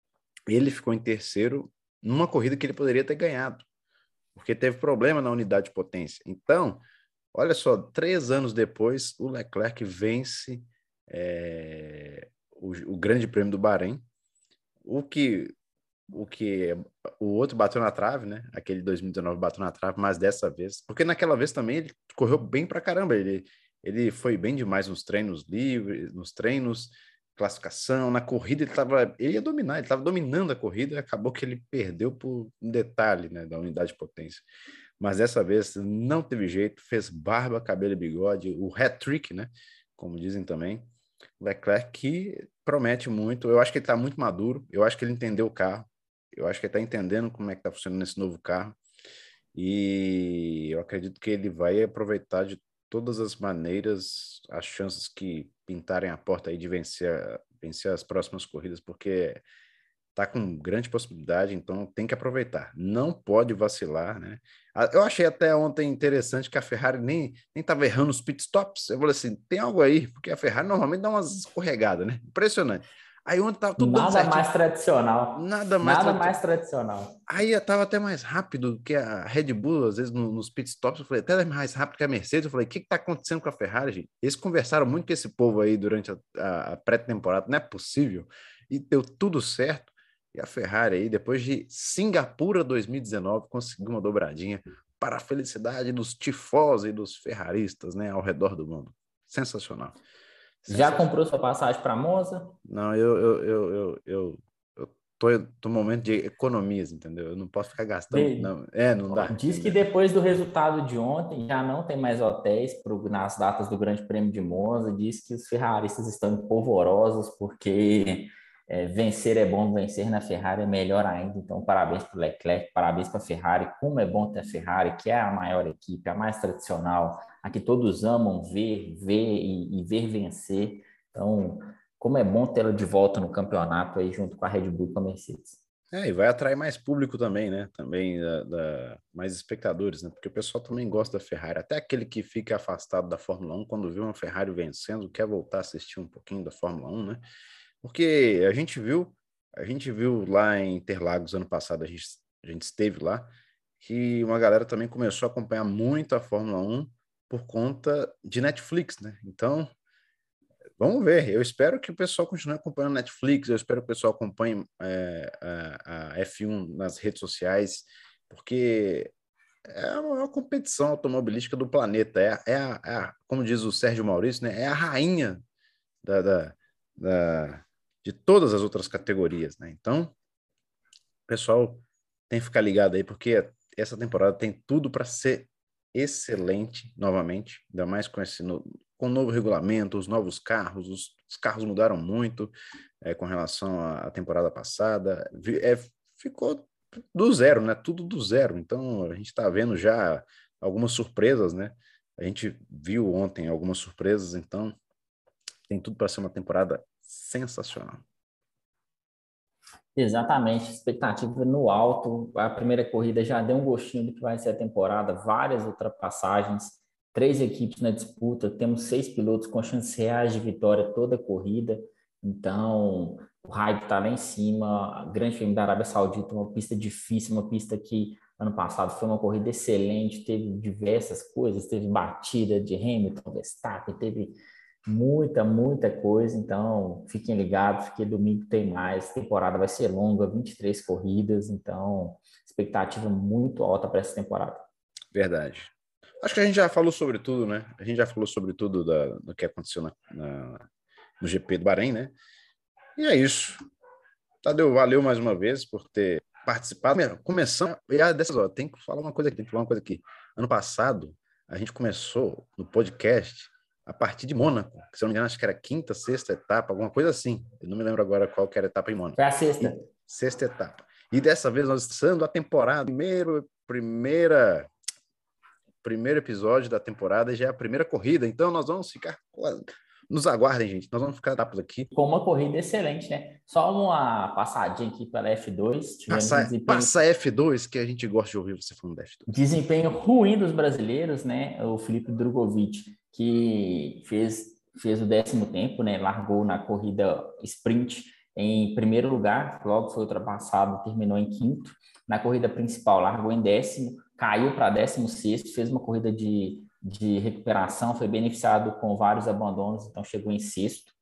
ele ficou em terceiro numa corrida que ele poderia ter ganhado, porque teve problema na unidade de potência. Então, olha só, três anos depois, o Leclerc vence é, o, o Grande Prêmio do Bahrein. o que o que o outro bateu na trave, né? Aquele dois mil e dezenove bateu na trave, mas dessa vez, porque naquela vez também ele correu bem pra caramba, ele, ele foi bem demais nos treinos livres, nos treinos, classificação, na corrida ele tava, ele ia dominar, ele estava dominando a corrida e acabou que ele perdeu por um detalhe, né, da unidade de potência. Mas dessa vez não teve jeito, fez barba, cabelo e bigode, o hat-trick, né? Como dizem também. Leclerc que promete muito, eu acho que ele está muito maduro, eu acho que ele entendeu o carro, eu acho que ele está entendendo como é que está funcionando esse novo carro e eu acredito que ele vai aproveitar de todas as maneiras as chances que pintarem a porta aí de vencer, vencer as próximas corridas, porque tá com grande possibilidade, então tem que aproveitar. Não pode vacilar, né? Eu achei até ontem interessante que a Ferrari nem nem estava errando os pitstops. Eu falei assim, tem algo aí, porque a Ferrari normalmente dá umas escorregadas, né? Impressionante. Aí ontem tava tudo dando Nada certinho. mais tradicional. Nada mais Nada tradicional. mais tradicional. Aí eu tava até mais rápido que a Red Bull, às vezes no, nos pitstops, eu falei, até mais rápido que a Mercedes. Eu falei, o que que tá acontecendo com a Ferrari, gente? Eles conversaram muito com esse povo aí durante a, a, a pré-temporada, não é possível. E deu tudo certo. E a Ferrari aí, depois de Singapura dois mil e dezenove, conseguiu uma dobradinha para a felicidade dos tifosi e dos ferraristas, né, ao redor do mundo. Sensacional. Já Sensacional. comprou sua passagem para Monza? Não, eu, eu, eu, eu, eu, eu tô no momento de economias, entendeu? Eu não posso ficar gastando, De... não. É, não dá, Diz que entendeu? depois do resultado de ontem já não tem mais hotéis pro, nas datas do Grande Prêmio de Monza. Diz que os ferraristas estão polvorosos porque é, vencer é bom, vencer na Ferrari é melhor ainda. Então, parabéns para o Leclerc, parabéns para a Ferrari. Como é bom ter a Ferrari, que é a maior equipe, a mais tradicional, a que todos amam ver, ver e, e ver vencer. Então, como é bom tê-la de volta no campeonato aí junto com a Red Bull e com a Mercedes. É, e vai atrair mais público também, né? Também da, da- mais espectadores, né? Porque o pessoal também gosta da Ferrari. Até aquele que fica afastado da Fórmula um, quando vê uma Ferrari vencendo, quer voltar a assistir um pouquinho da Fórmula um, né? Porque a gente viu, a gente viu lá em Interlagos ano passado, a gente, a gente esteve lá, que uma galera também começou a acompanhar muito a Fórmula um por conta de Netflix, né? Então, vamos ver. Eu espero que o pessoal continue acompanhando Netflix, eu espero que o pessoal acompanhe é, a, a F um nas redes sociais, porque é a maior competição automobilística do planeta. É, a- é, a, é a- como diz o Sérgio Maurício, né? É a rainha da, da, da- de todas as outras categorias, né? Então, o pessoal tem que ficar ligado aí, porque essa temporada tem tudo para ser excelente novamente, ainda mais com esse no, com o novo regulamento, os novos carros, os, os carros mudaram muito é, com relação à, à temporada passada, Vi- é, ficou do zero, né? Tudo do zero. Então a gente está vendo já algumas surpresas, né? A gente viu ontem algumas surpresas, então tem tudo para ser uma temporada sensacional. Exatamente, expectativa no alto. A primeira corrida já deu um gostinho do que vai ser a temporada, várias ultrapassagens, três equipes na disputa, temos seis pilotos com chances reais de vitória toda a corrida. Então, o hype está lá em cima. A Grande Prêmio da Arábia Saudita, uma pista difícil, uma pista que ano passado foi uma corrida excelente, teve diversas coisas, teve batida de Hamilton, Verstappen, teve muita, muita coisa, então fiquem ligados que domingo tem mais, a temporada vai ser longa, vinte e três corridas, então expectativa muito alta para essa temporada. Verdade. Acho que a gente já falou sobre tudo, né? A gente já falou sobre tudo da, do que aconteceu na, na, no G P do Bahrein, né? E é isso. Tadeu, valeu mais uma vez por ter participado. Começando, e ah, dessas horas, tem que falar uma coisa aqui, tem que falar uma coisa aqui. Ano passado, a gente começou no podcast a partir de Mônaco, que se eu não me engano, acho que era quinta, sexta etapa, alguma coisa assim. Eu não me lembro agora qual que era a etapa em Mônaco. Foi a sexta. E, sexta etapa. E dessa vez nós estamos a temporada, primeiro, primeira primeiro episódio da temporada, já é a primeira corrida, então nós vamos ficar. Nos aguardem, gente, nós vamos ficar rápido aqui. Com uma corrida excelente, né? Só uma passadinha aqui pela F dois, tivemos um Passa, desempenho, passa F dois, que a gente gosta de ouvir você falando da F dois. desempenho ruim dos brasileiros, né? O Felipe Drogovic, que fez, fez o décimo tempo, né? Largou na corrida sprint em primeiro lugar, logo foi ultrapassado, terminou em quinto. Na corrida principal, largou em décimo, caiu para décimo sexto, fez uma corrida de, de recuperação, foi beneficiado com vários abandonos, então chegou em sexto.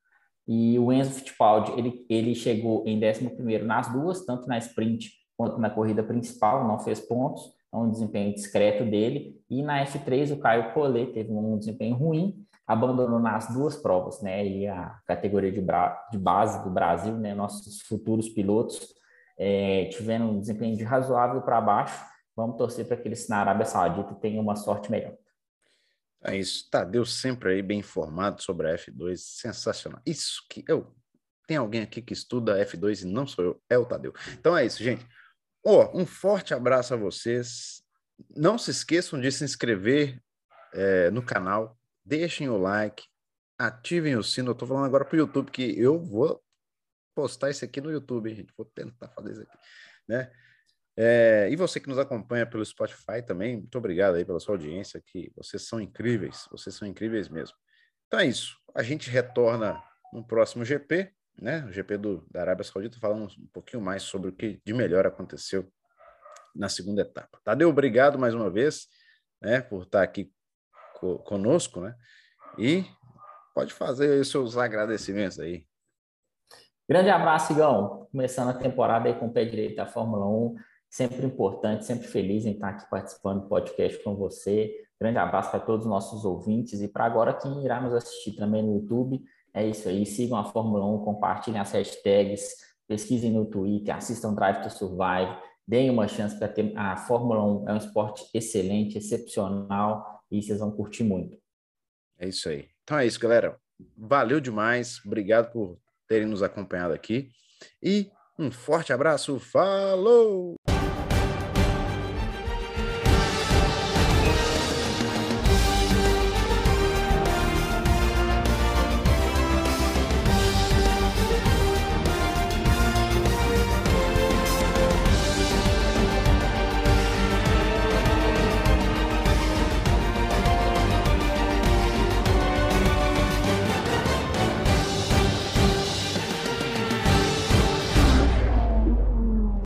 E o Enzo Fittipaldi, ele, ele chegou em décimo primeiro nas duas, tanto na sprint quanto na corrida principal, não fez pontos, é um desempenho discreto dele. E na F três, o Caio Collet teve um desempenho ruim, abandonou nas duas provas, né? E a categoria de, de base do Brasil, né? Nossos futuros pilotos é, tiveram um desempenho de razoável para baixo. Vamos torcer para que eles na Arábia Saudita tenham uma sorte melhor. É isso, Tadeu sempre aí bem informado sobre a F dois, sensacional. Isso que eu... Tem alguém aqui que estuda F dois e não sou eu, é o Tadeu. Então é isso, gente. Oh, um forte abraço a vocês. Não se esqueçam de se inscrever é, no canal, deixem o like, ativem o sino. Eu tô falando agora pro YouTube que eu vou postar isso aqui no YouTube, gente. Vou tentar fazer isso aqui, né? É, e você que nos acompanha pelo Spotify também, muito obrigado aí pela sua audiência, que vocês são incríveis, vocês são incríveis mesmo. Então é isso, a gente retorna no próximo G P, né? O G P do, da Arábia Saudita, falando um pouquinho mais sobre o que de melhor aconteceu na segunda etapa. Tadeu, obrigado mais uma vez, né, por estar aqui co conosco, né? E pode fazer os seus agradecimentos aí. Grande abraço, Igão. Começando a temporada aí com o pé direito da Fórmula um. Sempre importante, sempre feliz em estar aqui participando do podcast com você. Grande abraço para todos os nossos ouvintes e para agora quem irá nos assistir também no YouTube. É isso aí, sigam a Fórmula um, compartilhem as hashtags, pesquisem no Twitter, assistam Drive to Survive, deem uma chance para ter... A Fórmula um é um esporte excelente, excepcional e vocês vão curtir muito. É isso aí. Então é isso, galera. Valeu demais. Obrigado por terem nos acompanhado aqui. E um forte abraço. Falou!